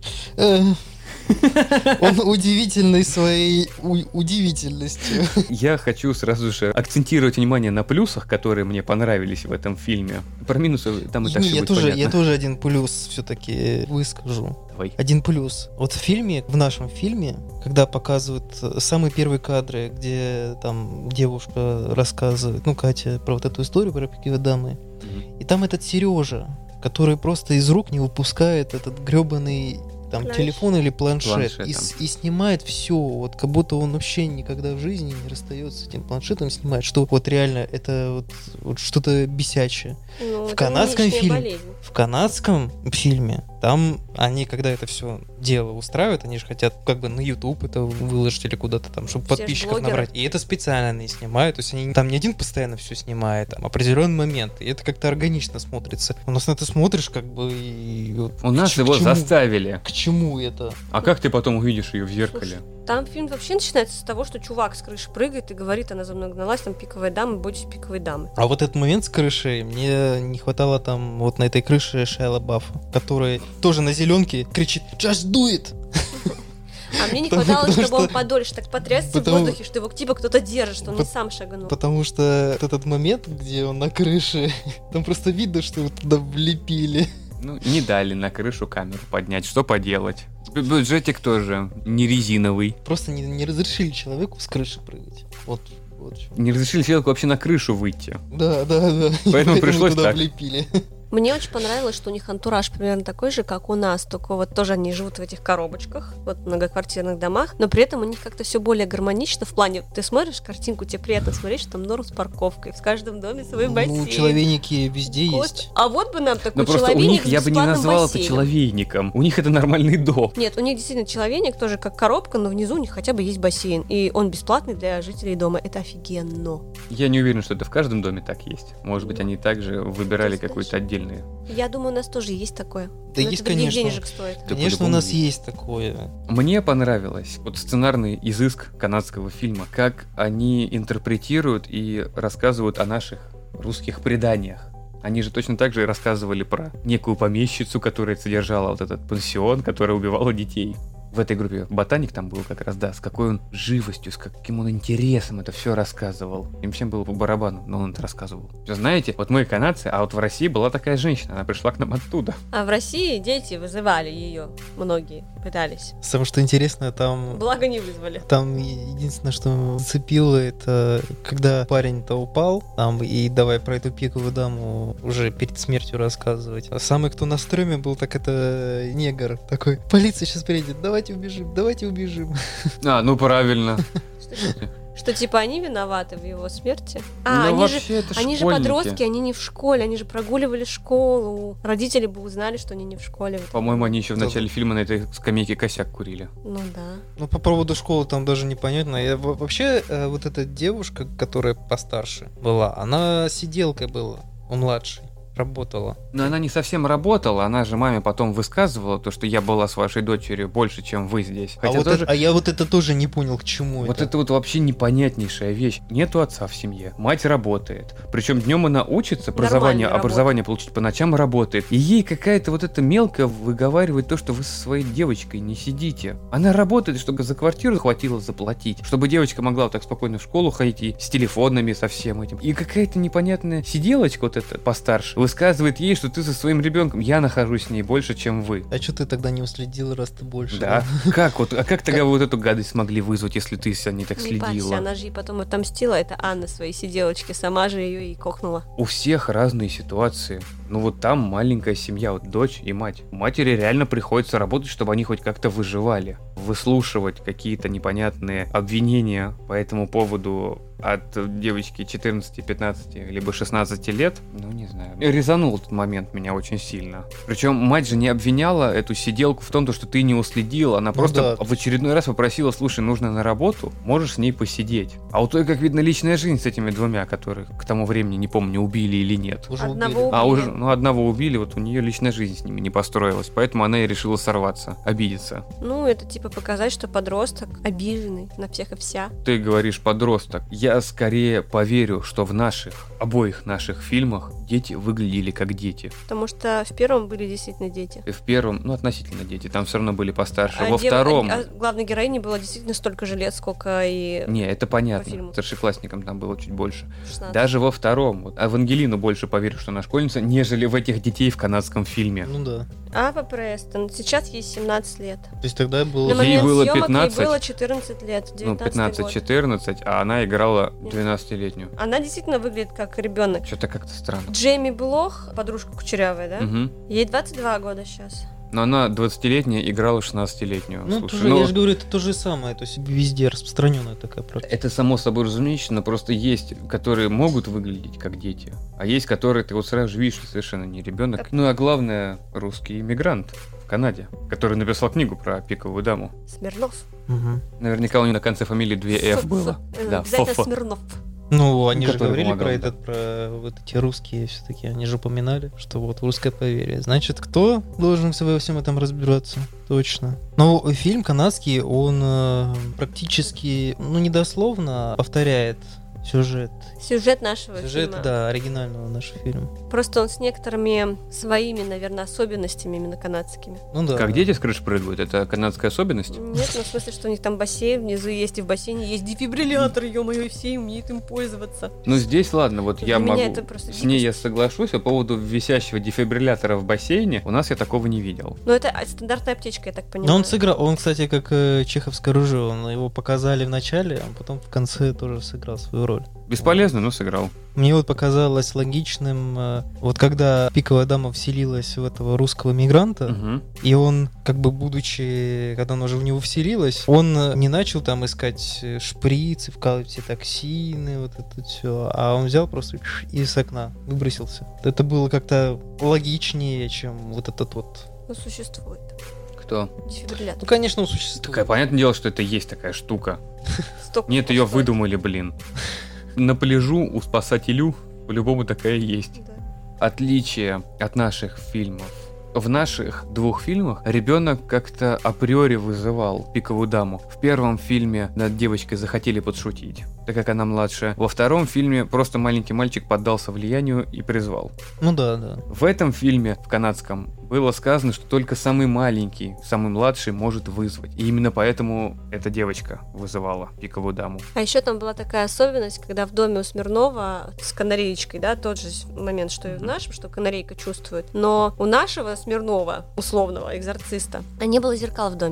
Он удивительный своей удивительностью. Я хочу сразу же акцентировать внимание на плюсах, которые мне понравились в этом фильме. Про минусы там и так все будет понятно. Я тоже один плюс все-таки выскажу. Давай. Один плюс. Вот в нашем фильме, когда показывают самые первые кадры, где там девушка рассказывает, Катя, про вот эту историю про пиковые дамы, и там этот Сережа, который просто из рук не выпускает этот гребаный телефон или планшет и снимает все, вот как будто он вообще никогда в жизни не расстается с этим планшетом, снимает, что вот реально это вот что-то бесячее. В канадском фильме там они, когда это все дело устраивают, они же хотят как бы на YouTube это выложить или куда-то там, чтобы все подписчиков набрать. И это специально они снимают, то есть они там не один постоянно все снимает, там определенный момент, и это как-то органично смотрится. У нас на это смотришь как бы и вот, у нас его заставили. К чему это? А как ты потом увидишь ее в зеркале? Там фильм вообще начинается с того, что чувак с крыши прыгает и говорит, она за мной гналась, там пиковая дама, бойтесь пиковой дамы. А вот этот момент с крышей, мне не хватало там вот на этой крыше Шайа Лабафа, который тоже на зеленке кричит «Just do it!» А мне не хватало, чтобы он подольше так потрясся в воздухе, что его типа кто-то держит, что он не сам шагнул. Потому что этот момент, где он на крыше, там просто видно, что его туда влепили. Не дали на крышу камеру поднять, что поделать. Бюджетик тоже не резиновый. Просто не разрешили человеку с крыши прыгать. Вот. Не разрешили человеку вообще на крышу выйти. Да. Поэтому пришлось туда так. Влепили. Мне очень понравилось, что у них антураж примерно такой же, как у нас, только вот тоже они живут в этих коробочках, вот в многоквартирных домах, но при этом у них как-то все более гармонично в плане, ты смотришь картинку, тебе приятно смотреть, что там норм с парковкой, в каждом доме свой бассейн. Человейники везде есть. А вот бы нам такой просто человейник у них, я бы не назвал бассейном. это человейником, у них это нормальный дом. Нет, у них действительно человейник, тоже как коробка, но внизу у них хотя бы есть бассейн, и он бесплатный для жителей дома, это офигенно. Я не уверен, что это в каждом доме так есть. Может быть, они также выбирали какой-то отдельный. Я думаю, у нас тоже есть такое. Да но есть, это конечно. Денежек стоит. Конечно, у нас есть такое. Мне понравилось вот сценарный изыск канадского фильма, как они интерпретируют и рассказывают о наших русских преданиях. Они же точно так же и рассказывали про некую помещицу, которая содержала вот этот пансион, которая убивала детей. В этой группе ботаник там был как раз, да, с какой он живостью, с каким он интересом это все рассказывал. Им всем было по барабану, но он это рассказывал. Все знаете, вот мы канадцы, а вот в России была такая женщина, она пришла к нам оттуда. А в России дети вызывали ее, многие пытались. Самое что интересно, там... Благо не вызвали. Там единственное, что зацепило, это когда парень-то упал, там, и давай про эту пиковую даму уже перед смертью рассказывать. А самый, кто на стреме был, так это негр. Такой, полиция сейчас приедет, давайте давайте убежим. Ну правильно. Что типа они виноваты в его смерти? Они же подростки, они не в школе, они же прогуливали школу. Родители бы узнали, что они не в школе. По-моему, они еще в начале фильма на этой скамейке косяк курили. Ну да. Ну по поводу школы там даже непонятно. Вообще, вот эта девушка, которая постарше была, она сиделкой была, у младшей. Работала. Но она не совсем работала, она же маме потом высказывала то, что я была с вашей дочерью больше, чем вы здесь. Я вот это тоже не понял, к чему это. Вот это вот вообще непонятнейшая вещь. Нету отца в семье, мать работает. Причем днем она учится, образование получить, по ночам работает. И ей какая-то вот эта мелкая выговаривает то, что вы со своей девочкой не сидите. Она работает, чтобы за квартиру хватило заплатить, чтобы девочка могла вот так спокойно в школу ходить и с телефонами, со всем этим. И какая-то непонятная сиделочка вот эта постарше высказывает ей, что ты со своим ребенком, я нахожусь с ней больше, чем вы. А что ты тогда не уследил, раз ты больше? Да. Как тогда вот эту гадость смогли вызвать, если ты за ней так следила? Не парься, она же ей потом отомстила, это Анна своей сиделочке, сама же ее и кокнула. У всех разные ситуации. Ну вот там маленькая семья, вот дочь и мать. Матери реально приходится работать, чтобы они хоть как-то выживали. Выслушивать какие-то непонятные обвинения по этому поводу от девочки 14, 15, либо 16 лет, ну не знаю. Резанул этот момент меня очень сильно. Причем мать же не обвиняла эту сиделку в том, что ты не уследил, она просто в очередной раз попросила: слушай, нужно на работу, можешь с ней посидеть. А у той, как видно, личная жизнь с этими двумя, которых к тому времени, не помню, убили или нет. Одного убили, вот у нее личная жизнь с ними не построилась, поэтому она и решила сорваться, обидеться. Ну, это типа показать, что подросток обиженный на всех и вся. Ты говоришь подросток. Я скорее поверю, что в обоих наших фильмах дети выглядели как дети. Потому что в первом были действительно дети. И в первом, относительно дети, там все равно были постарше. Во втором... главной героине было действительно столько же лет, сколько и... Не, это понятно. Старшеклассникам там было чуть больше. 16. Даже во втором. Вот Авангелину больше поверю, что она школьница, нежели в этих детей в канадском фильме. Ну да. Ава Престон. Сейчас ей 17 лет. То есть тогда было... На момент было съемок 15. ей было 14 лет, 15-14, а она играла 12-летнюю. Она действительно выглядит как ребенок. Что-то как-то странно. Джейми Блох, подружка кучерявая, да? Угу. Ей 22 года сейчас. Но она 20-летняя играла 16-летнюю. Я же говорю, это то же самое. То есть везде распространенная такая практика. Это само собой разумеется, но просто есть, которые могут выглядеть как дети, а есть, которые ты вот сразу же видишь, что совершенно не ребенок. Ну, а главное, русский иммигрант в Канаде, который написал книгу про пиковую даму. Смирнов. Угу. Наверняка у него на конце фамилии 2 F было. Да, обязательно Смирнов. Ну, они же говорили про вот эти русские все-таки, они же упоминали, что вот русское поверье. Значит, кто должен во всем этом разбираться? Точно. Но фильм канадский, он практически, недословно повторяет сюжет нашего фильма. Да, оригинального нашего фильма. Просто он с некоторыми своими, наверное, особенностями именно канадскими. Ну да. Как дети с крыш прыгают, это канадская особенность? Нет, в смысле, что у них там бассейн внизу есть, и в бассейне есть дефибриллятор, ё-моё, и все умеют им пользоваться. Ну здесь, ладно, вот я могу, с ней я соглашусь, по поводу висящего дефибриллятора в бассейне, у нас я такого не видел. Ну это стандартная аптечка, я так понимаю. Но он сыграл, он, кстати, как чеховское ружье, его показали в начале, а потом в конце тоже сыграл свою роль. Бесполезно, но сыграл. Мне вот показалось логичным, вот когда пиковая дама вселилась в этого русского мигранта, и он, как бы будучи, когда она уже в него вселилась, он не начал там искать шприцы, вкалывать все токсины, вот это все, а он взял просто и с окна выбросился. Это было как-то логичнее, чем вот этот вот... Ну, существует. Кто? Дефибриллятор. Ну, конечно, он существует. Такое, понятное дело, что это есть такая штука. Нет, ее выдумали, блин. На пляжу у спасателю по-любому такая есть. Да. Отличие от наших фильмов. В наших двух фильмах ребенок как-то априори вызывал пиковую даму. В первом фильме над девочкой захотели подшутить, так как она младшая. Во втором фильме просто маленький мальчик поддался влиянию и призвал. Ну да. В этом фильме, в канадском, было сказано, что только самый маленький, самый младший может вызвать. И именно поэтому эта девочка вызывала пиковую даму. А еще там была такая особенность, когда в доме у Смирнова с канареечкой, да, тот же момент, что и в нашем, что канарейка чувствует. Но у нашего Смирнова, условного экзорциста, не было зеркал в доме.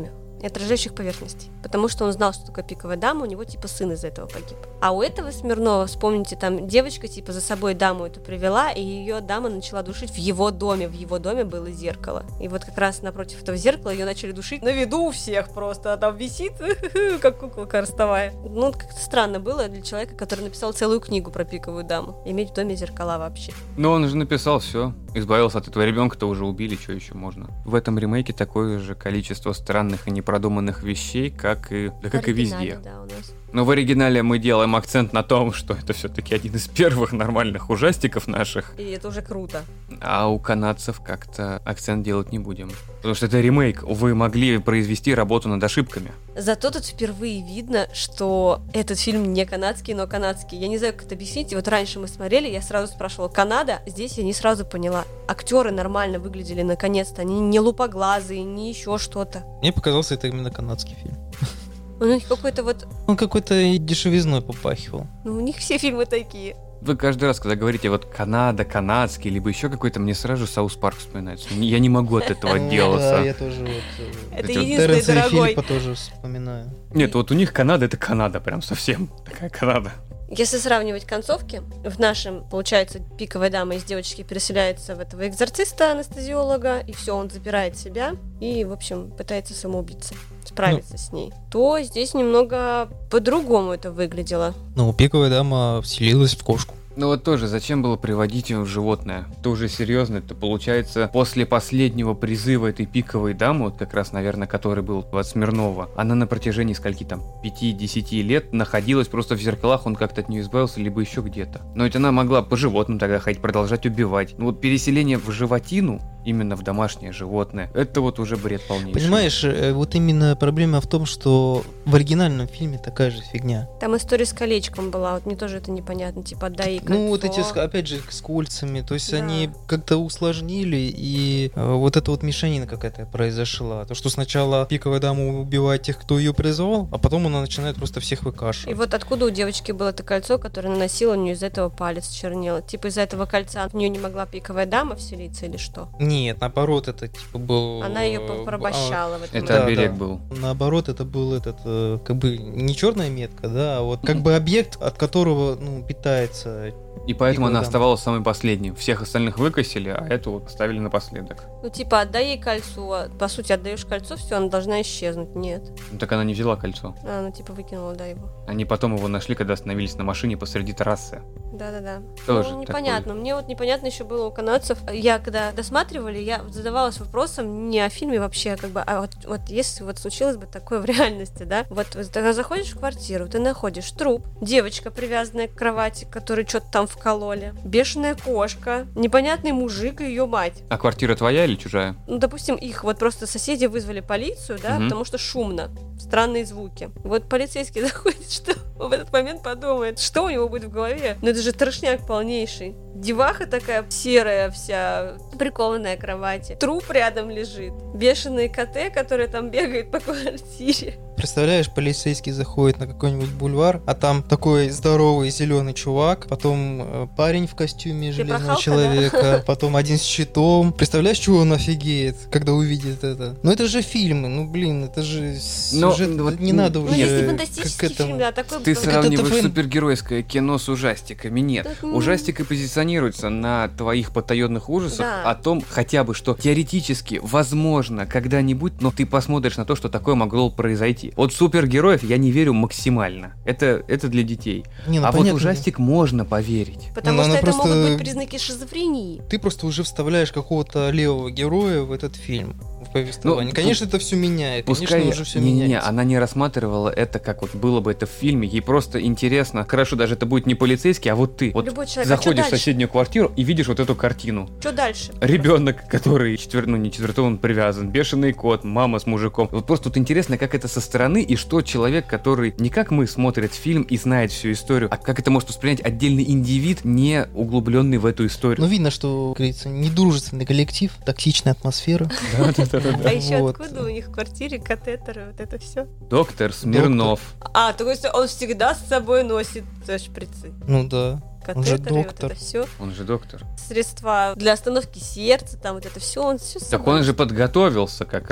и отражающих поверхностей. Потому что он знал, что такое пиковая дама, у него типа сын из-за этого погиб. А у этого Смирнова, вспомните, там девочка типа за собой даму эту привела, и ее дама начала душить в его доме. В его доме было зеркало. И вот как раз напротив этого зеркала ее начали душить на виду у всех просто. А там висит, как куколка ростовая. Ну, как-то странно было для человека, который написал целую книгу про пиковую даму. Иметь в доме зеркала вообще. Но он же написал все, избавился от этого ребенка-то уже убили, что еще можно. В этом ремейке такое же количество странных и непродуманных вещей, как и везде. Да, у нас. Но в оригинале мы делаем акцент на том, что это все-таки один из первых нормальных ужастиков наших. И это уже круто. А у канадцев как-то акцент делать не будем. Потому что это ремейк. Вы могли произвести работу над ошибками. Зато тут впервые видно, что этот фильм не канадский, но канадский. Я не знаю, как это объяснить. Вот раньше мы смотрели, я сразу спрашивала «Канада?», здесь я не сразу поняла. Актеры нормально выглядели наконец-то. Они не лупоглазые, не еще что-то. Мне показался, это именно канадский фильм. У них какой-то вот... Он какой-то и дешевизной попахивал. Ну, у них все фильмы такие. Вы каждый раз, когда говорите вот Канада, канадский, либо еще какой-то, мне сразу Саус Парк вспоминается. Я не могу от этого отделаться. Да, я тоже вот... Это Эти вот единственный Терренса и дорогой. Филиппа тоже вспоминаю. Нет, вот у них Канада — это Канада, прям совсем такая Канада. Если сравнивать концовки, в нашем, получается, пиковая дама из девочки переселяется в этого экзорциста, анестезиолога, и все, он запирает себя и, в общем, пытается самоубиться, справиться с ней, то здесь немного по-другому это выглядело. Ну, пиковая дама вселилась в кошку. Ну вот тоже, зачем было приводить его в животное? Это уже серьезно, это получается после последнего призыва этой пиковой дамы, вот как раз, наверное, который был от Смирнова, она на протяжении скольки там, 5-10 лет находилась просто в зеркалах, он как-то от нее избавился, либо еще где-то. Но ведь она могла по животным тогда ходить, продолжать убивать. Ну вот переселение в животину, именно в домашнее животное, это вот уже бред полнейший. Понимаешь, вот именно проблема в том, что в оригинальном фильме такая же фигня. Там история с колечком была, вот мне тоже это непонятно, типа отдай ей кольцо. Ну, вот эти, опять же, с кольцами, то есть Да. они как-то усложнили, и вот эта вот мешанина какая-то произошла. То, что сначала пиковая дама убивает тех, кто ее призвал, а потом она начинает просто всех И выкашивать. вот откуда у девочки было это кольцо, которое наносила, у нее из-за этого палец чернел. Типа из-за этого кольца в нее не могла пиковая дама вселиться или что? Нет, наоборот, это типа был... Она ее порабощала в этом. Это Да, оберег да. был. Наоборот, это был этот, как бы, не черная метка, да, а вот как бы объект, от которого, ну, питается. И поэтому она Пиковая дама. оставалась самой последней. Всех остальных выкосили, а эту вот оставили напоследок. Ну, типа, отдай ей кольцо. А, по сути, отдаешь кольцо, все, она должна исчезнуть. Нет. Ну так она не взяла кольцо. Она, типа, выкинула, да, его. Они потом его нашли, когда остановились на машине посреди трассы. Да-да-да. Тоже Ну, непонятно. Мне вот непонятно еще было у канадцев. Я, когда досматривали, я задавалась вопросом не о фильме вообще, как бы, а вот если вот случилось бы такое в реальности, да? Вот ты заходишь в квартиру, ты находишь труп, девочка, привязанная к кровати, которой что-то там вкололи, бешеная кошка, непонятный мужик и ее мать. А квартира твоя или чужая? Ну, допустим, их вот просто соседи вызвали полицию, да, Мгм. потому что шумно, странные звуки. Вот полицейский заходит, что в этот момент подумает, что у него будет в голове. Ну, это же трошняк полнейший. Деваха такая серая вся, прикованная к кровати. Труп рядом лежит. Бешеные коты, которые там бегают по квартире. Представляешь, полицейский заходит на какой-нибудь бульвар, а там такой здоровый зеленый чувак, потом парень в костюме железного прохалка, человека, потом один с щитом. Представляешь, чего он офигеет, когда увидит это? Ну это же фильмы, ну блин, это же сюжет, вот, не надо Ну, уже если к фантастический этому. фильм, да, такой... Ты был. сравниваешь это супергеройское кино с ужастиками. Нет. Так, Ужастик и позиционируется на твоих потаенных ужасах, Да. о том хотя бы, что теоретически, возможно, когда-нибудь, но ты посмотришь на то, что такое могло произойти. Вот супергероев я не верю максимально. Это для детей. Не, ну, А вот понятно, ужастик можно поверить. Потому Ну, что она это просто- могут быть признаки шизофрении. ты просто уже вставляешь какого-то левого героя в этот фильм, в повествование. Ну, Конечно, это все меняет. Пускай Конечно, уже все не, меняется. она не рассматривала это, как вот было бы это в фильме. Ей просто интересно. Хорошо, даже это будет не полицейский, а вот ты. Вот Любой человек. А заходишь в что дальше? соседнюю квартиру и видишь вот эту картину. Что дальше? Ребенок, который не четвертован привязан, бешеный кот, мама с мужиком. Вот просто тут интересно, как это со стороны, и что человек, который не как мы смотрит фильм и знает всю историю, а как это может воспринять отдельный индивид, не углубленный в эту историю. Ну, видно, что, как говорится, недружественный коллектив, токсичная атмосфера. А еще Вот. откуда у них в квартире катетеры, вот это все? Доктор Смирнов. А, то есть он всегда с собой носит шприцы, Ну да. Он же катетеры, вот доктор. это все. Он же доктор. Средства для остановки сердца, там вот это все, он все Так он же подготовился как раз.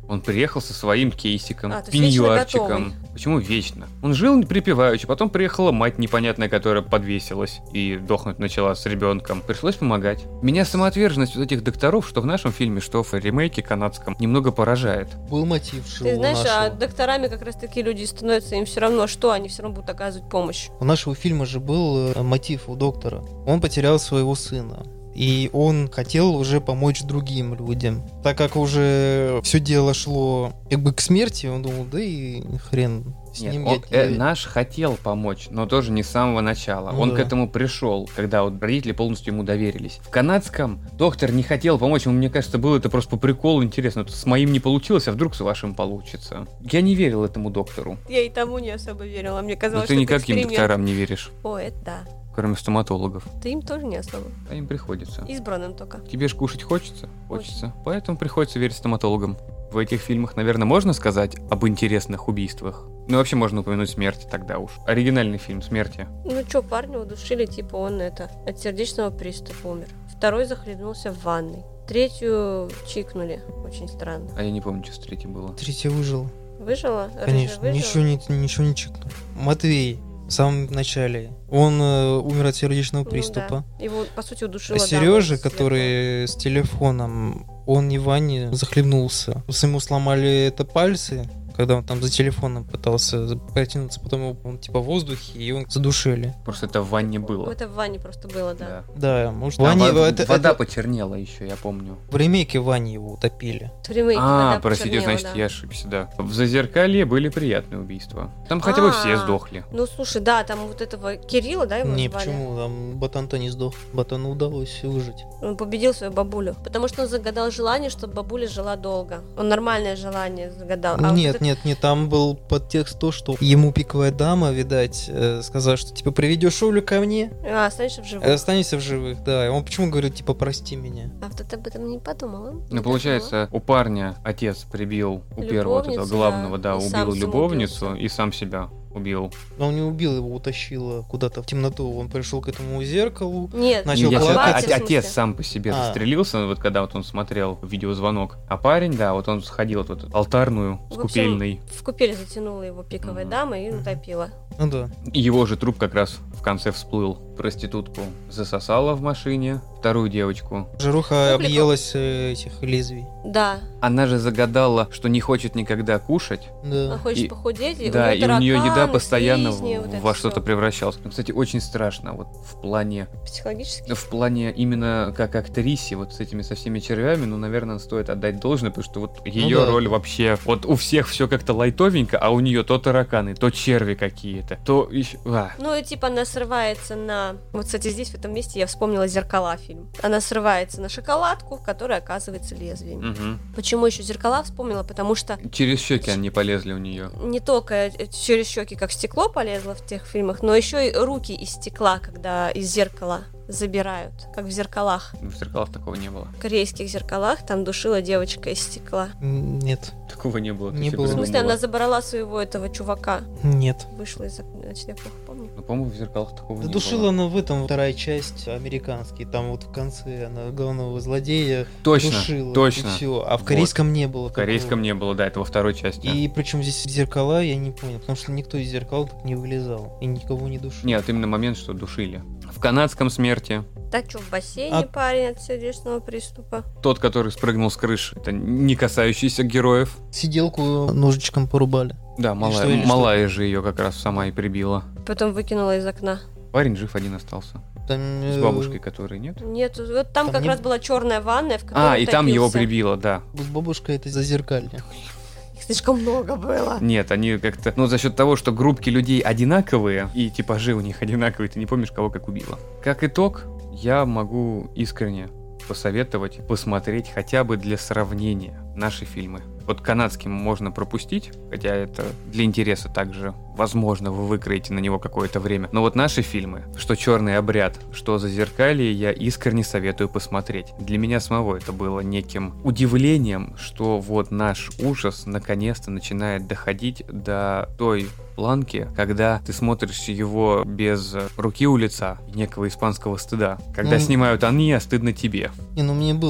Он приехал со своим кейсиком, то есть вечно пеньюарчиком. готовый. Почему вечно? Он жил припеваючи, потом приехала мать непонятная, которая подвесилась и дохнуть начала с ребенком. Пришлось помогать. Меня самоотверженность вот этих докторов, что в нашем фильме, что в ремейке канадском, немного поражает. Был мотив, что Ты у знаешь, а нашего... докторами как раз такие люди становятся, им все равно что, они все равно будут оказывать помощь. У нашего фильма же был мотив у доктора. Он потерял своего сына. И он хотел уже помочь другим людям. Так как уже все дело шло как бы к смерти, он думал, да и хрен с Нет, ним. наш хотел помочь, но тоже не с самого начала. Ну Он да. к этому пришел, когда вот родители полностью ему доверились. В канадском доктор не хотел помочь, ему, мне кажется, было это просто по приколу интересно. С моим не получилось, а вдруг с вашим получится. Я не верил этому доктору. Я и тому не особо верила, мне Но казалось, ты что это никаким эксперимент. докторам не веришь, О, это да. кроме стоматологов. Ты им тоже не особо. А им приходится. Избранным только. Тебе же кушать хочется? Хочется. Поэтому приходится верить стоматологам. В этих фильмах, наверное, можно сказать об интересных убийствах. Ну, вообще можно упомянуть «Смерть» тогда уж. Оригинальный фильм «Смерти». Ну что, парня удушили, типа он от сердечного приступа умер. Второй захлебнулся в ванной. Третью чикнули. Очень странно. А я не помню, что с третьей было. Третья выжила. Выжила? Конечно, Рыжая выжила? ничего не чикнул. Матвей в самом начале. Он умер от сердечного приступа. Ну, да. Его, по сути, удушила А дама Сережа, сверху. который с телефоном, он не в ванне захлебнулся. Ему сломали это пальцы, когда он там за телефоном пытался протянуться, потом он типа в воздухе, и он задушили. Просто это в ванне было. Это в ванне просто было, да. Да, может, А вода это почернела еще, я помню. в ремейке в ванне его утопили. В ремейке вода простите, почернела, значит, да. я ошибся, да. В «Зазеркалье» были приятные убийства. Там хотя бы все сдохли. Ну, слушай, да, там вот этого Кирилла, да, его Не, звали? почему? Там Ботан-то не сдох. Ботану удалось выжить. Он победил свою бабулю. Потому что он загадал желание, чтобы бабуля жила долго. Он нормальное желание загадал. А Нет, вот это- нет, там был подтекст то, что ему пиковая дама, видать, сказала, что типа приведешь Олю ко мне, останешься в живых. останешься в живых, да. И он почему говорит, типа, прости меня? А вот ты об этом не подумала? Ну, получается, у парня отец прибил, у первого вот этого Любовницу, главного, да, да, и сам убил любовницу самоубился. и сам себя убил. Но он не убил его, утащила куда-то в темноту. Он пришел к этому зеркалу. Нет, Начал Я плакать. считаю, батя, в смысле. отец сам по себе А. застрелился, вот когда вот он смотрел видеозвонок. А парень, да, вот он сходил вот в эту алтарную с В общем, купельной. В купель затянула его пиковая Мгм. дама и утопила. Ну да. И его же труп как раз в конце всплыл. Проститутку засосала в машине, вторую девочку. Жируха Публика. объелась этих лезвий. Да, Она же загадала, что не хочет никогда кушать. Да. хочешь И- похудеть, и Да, и у нее еда тараканы, постоянно слизни, вот это во что-то всё. превращалась. Кстати, очень страшно вот в плане Психологически. именно как актрисе, вот с этими со всеми червями, ну, наверное, стоит отдать должное, потому что вот ее да. роль вообще, вот у всех все как-то лайтовенько, а у нее то тараканы, то черви какие-то, то еще... Ну, и типа она срывается на... Вот, кстати, здесь, в этом месте, я вспомнила «Зеркала» фильм. Она срывается на шоколадку, которая оказывается лезвием. Мгм. Почему еще «Зеркала» вспомнила? Потому что Через щеки они полезли у нее. не только через щеки, как стекло полезло в тех фильмах, но еще и руки из стекла, когда из зеркала забирают, как в «Зеркалах». В зеркалах такого не было. В корейских «Зеркалах» там душила девочка из стекла. Нет. Такого не было. ты Не себе было. В смысле, придумала. она забрала своего этого чувака. Нет. Вышла из окна. Значит, я плохо помню. Ну, по-моему, в зеркалах такого Да не душила было. она в этом, вторая часть, американский. Там вот в конце она главного злодея Точно, душила. точно. И все. А в Вот. корейском не было. В корейском не было, да, это во второй части. И причем здесь зеркала, я не понял, потому что никто из зеркал так не вылезал и никого не душил. Нет, именно момент, что душили. В канадском «Смерти» Так что, в бассейне А- парень от сердечного приступа. тот, который спрыгнул с крыши, это не касающийся героев. Сиделку ножичком порубали. Да, что, или что? малая же ее как раз сама и прибила. Потом выкинула из окна. Парень жив один остался. Там, С бабушкой, которой нет. Нет, вот там Там как не- раз была черная ванная, в которой А, и там его утопился. прибило, да. С бабушкой это зазеркалье. Их слишком много было. Нет, они как-то... Ну, за счет того, что группки людей одинаковые, и типажи у них одинаковые, ты не помнишь, кого как убило. Как итог, я могу искренне посоветовать посмотреть хотя бы для сравнения наши фильмы. Вот канадским можно пропустить, хотя это для интереса также, возможно, вы выкроете на него какое-то время. Но вот наши фильмы, что «Черный обряд», что «Зазеркалье», я искренне советую посмотреть. Для меня самого это было неким удивлением, что вот наш ужас наконец-то начинает доходить до той планки, когда ты смотришь его без руки у лица, некого испанского стыда. Когда Ну, снимают они, а стыдно тебе. Не, ну мне было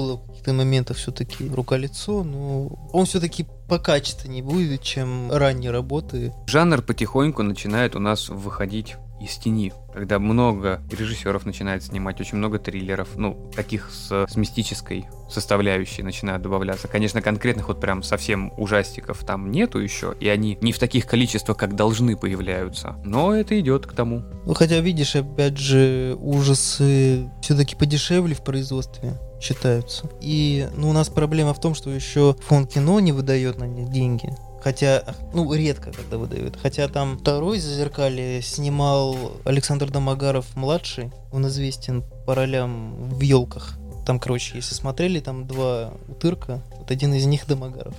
каких-то моментах все-таки рука-лицо, но он все-таки покачественнее будет, чем ранние работы. Жанр потихоньку начинает у нас выходить из тени, когда много режиссеров начинают снимать, очень много триллеров, таких с мистической составляющей начинают добавляться. Конечно, конкретных вот прям совсем ужастиков там нету еще, и они не в таких количествах, как должны, появляются, но это идет к тому. Хотя, видишь, опять же, ужасы все-таки подешевле в производстве считаются. И у нас проблема в том, что еще фонд кино не выдает на них деньги. Хотя, редко когда выдают. Хотя там второй «Зазеркалье» снимал Александр Домогаров-младший. Он известен по ролям в «Елках». Там, короче, если смотрели, там 2 утырка. Вот один из них Домогаров.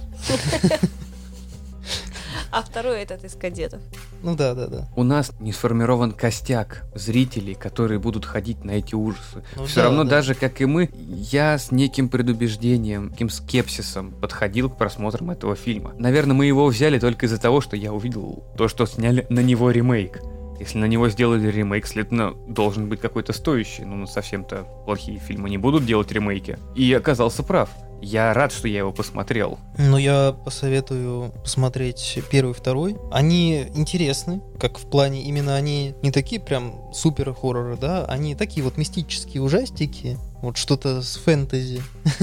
А второй этот из «Кадетов». Да. У нас не сформирован костяк зрителей, которые будут ходить на эти ужасы. Все равно, даже как и мы, я с неким предубеждением, неким скепсисом подходил к просмотрам этого фильма. Наверное, мы его взяли только из-за того, что я увидел то, что сняли на него ремейк. Если на него сделали ремейк, следовательно, должен быть какой-то стоящий. Совсем-то плохие фильмы не будут делать ремейки. И оказался прав. Я рад, что я его посмотрел. Я посоветую посмотреть первый и второй. Они интересны, как в плане именно они не такие прям супер хорроры, да, они такие вот мистические ужастики, вот что-то с фэнтези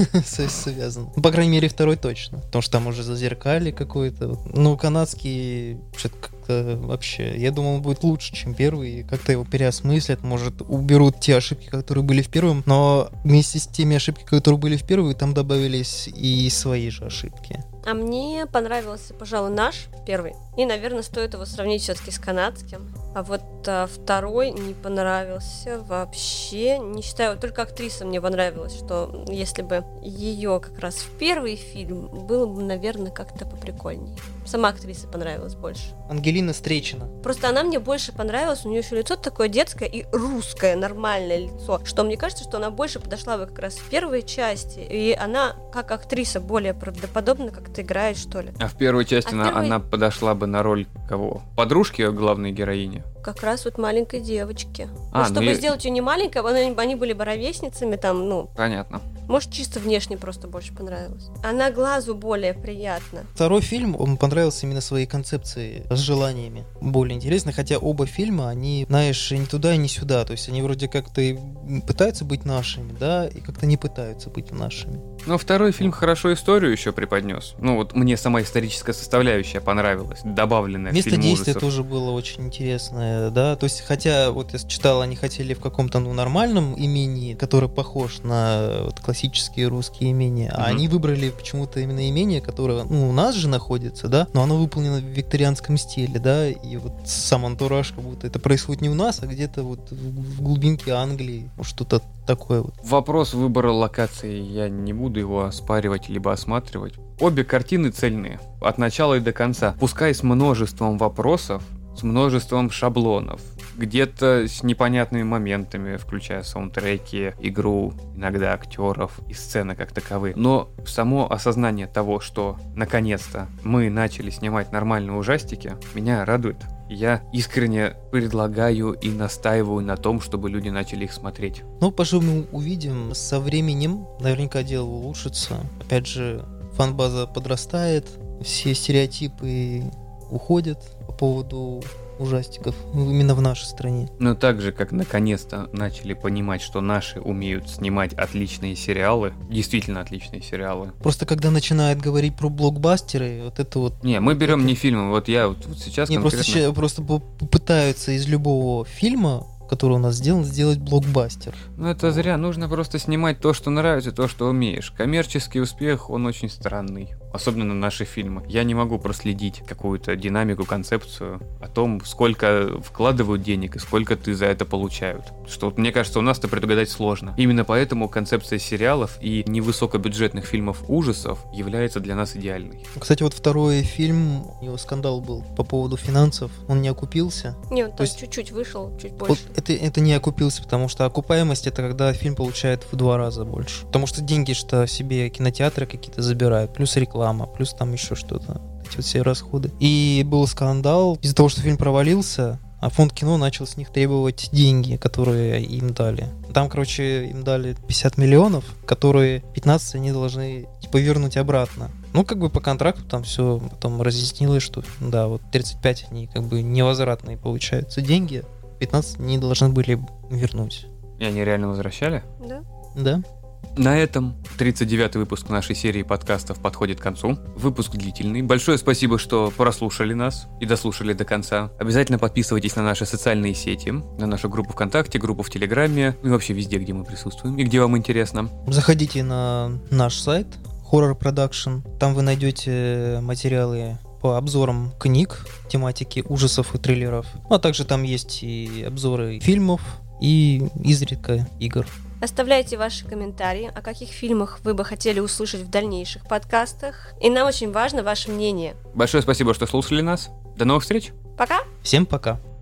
связано. По крайней мере, второй точно. Потому что там уже «Зазеркалье» какое-то. Канадский что-то как-то вообще... Я думал, он будет лучше, чем первый. И как-то его переосмыслят. Может, уберут те ошибки, которые были в первом. Но вместе с теми ошибками, которые были в первом, там добавились и свои же ошибки. А мне понравился, пожалуй, наш первый. И, наверное, стоит его сравнить все-таки с канадским. А вот второй не понравился вообще. Не считаю, только актриса мне понравилась, что если бы ее как раз в первый фильм, было бы, наверное, как-то поприкольней. Сама актриса понравилась больше. Ангелина Стречина. Просто она мне больше понравилась, у нее еще лицо такое детское и русское, нормальное лицо, что мне кажется, что она больше подошла бы как раз в первой части, и она, как актриса, более правдоподобно как-то играет, что ли. А в первой части она подошла бы на роль кого? Подружки главной героини? Как раз вот маленькой девочки. Чтобы сделать ее не маленькой, они были бы ровесницами там, Понятно. Может, чисто внешне просто больше понравилось. Она глазу более приятна. Второй фильм, он понравился именно своей концепцией, с желаниями. Более интересно, хотя оба фильма, они, знаешь, ни туда и ни сюда. То есть они вроде как-то и пытаются быть нашими, да, и как-то не пытаются быть нашими. Но второй фильм хорошо историю еще преподнес. Мне сама историческая составляющая понравилась, добавленная в фильм ужасов. Место действия тоже было очень интересное, да. То есть, хотя, вот я читал, они хотели в каком-то нормальном имении, который похож на классические русские имения, а они выбрали почему-то именно имение, которое, у нас же находится, да, но оно выполнено в викторианском стиле, да, и вот сам антураж, как будто это происходит не у нас, а где-то вот в глубинке Англии, что-то такое вот. Вопрос выбора локации, я не буду его оспаривать либо осматривать. Обе картины цельные, от начала и до конца, пускай с множеством вопросов, с множеством шаблонов, где-то с непонятными моментами, включая саундтреки, игру, иногда актеров и сцены как таковые. Но само осознание того, что наконец-то мы начали снимать нормальные ужастики, меня радует. Я искренне предлагаю и настаиваю на том, чтобы люди начали их смотреть. Пожалуй, мы увидим со временем, наверняка дело улучшится. Опять же, фан-база подрастает, все стереотипы уходят по поводу ужастиков именно в нашей стране. Но так же, как наконец-то начали понимать, что наши умеют снимать отличные сериалы, действительно отличные сериалы. Просто когда начинают говорить про блокбастеры, вот это вот... Не, мы берем не фильмы, вот я вот сейчас конкретно... Просто попытаются из любого фильма, который у нас сделан, сделать блокбастер. Это зря, нужно просто снимать то, что нравится, то, что умеешь. Коммерческий успех, он очень странный. Особенно наши фильмы. Я не могу проследить какую-то динамику, концепцию о том, сколько вкладывают денег и сколько ты за это получают. Что мне кажется, у нас-то предугадать сложно. Именно поэтому концепция сериалов и невысокобюджетных фильмов ужасов является для нас идеальной. Кстати, вот второй фильм, у него скандал был по поводу финансов. Он не окупился. Не, он там чуть-чуть вышел, чуть больше. Вот это не окупился, потому что окупаемость — это когда фильм получает в 2 раза больше. Потому что деньги что себе кинотеатры какие-то забирают, плюс реклама, плюс там еще что-то, эти вот все расходы. И был скандал из-за того, что фильм провалился, а фонд кино начал с них требовать деньги, которые им дали. Там, короче, им дали 50 миллионов, которые 15 они должны типа вернуть обратно. Ну, как бы по контракту там все потом разъяснилось, что да, вот 35 они как бы невозвратные получаются деньги, 15 они должны были вернуть. И они реально возвращали? Да. Да. На этом 39-й выпуск нашей серии подкастов подходит к концу. Выпуск длительный. Большое спасибо, что прослушали нас и дослушали до конца. Обязательно подписывайтесь на наши социальные сети, на нашу группу ВКонтакте, группу в Телеграме, и вообще везде, где мы присутствуем и где вам интересно. Заходите на наш сайт Horror Production. Там вы найдете материалы по обзорам книг, тематики ужасов и триллеров. А также там есть и обзоры фильмов, и изредка игр. Оставляйте ваши комментарии, о каких фильмах вы бы хотели услышать в дальнейших подкастах. И нам очень важно ваше мнение. Большое спасибо, что слушали нас. До новых встреч. Пока! Всем пока!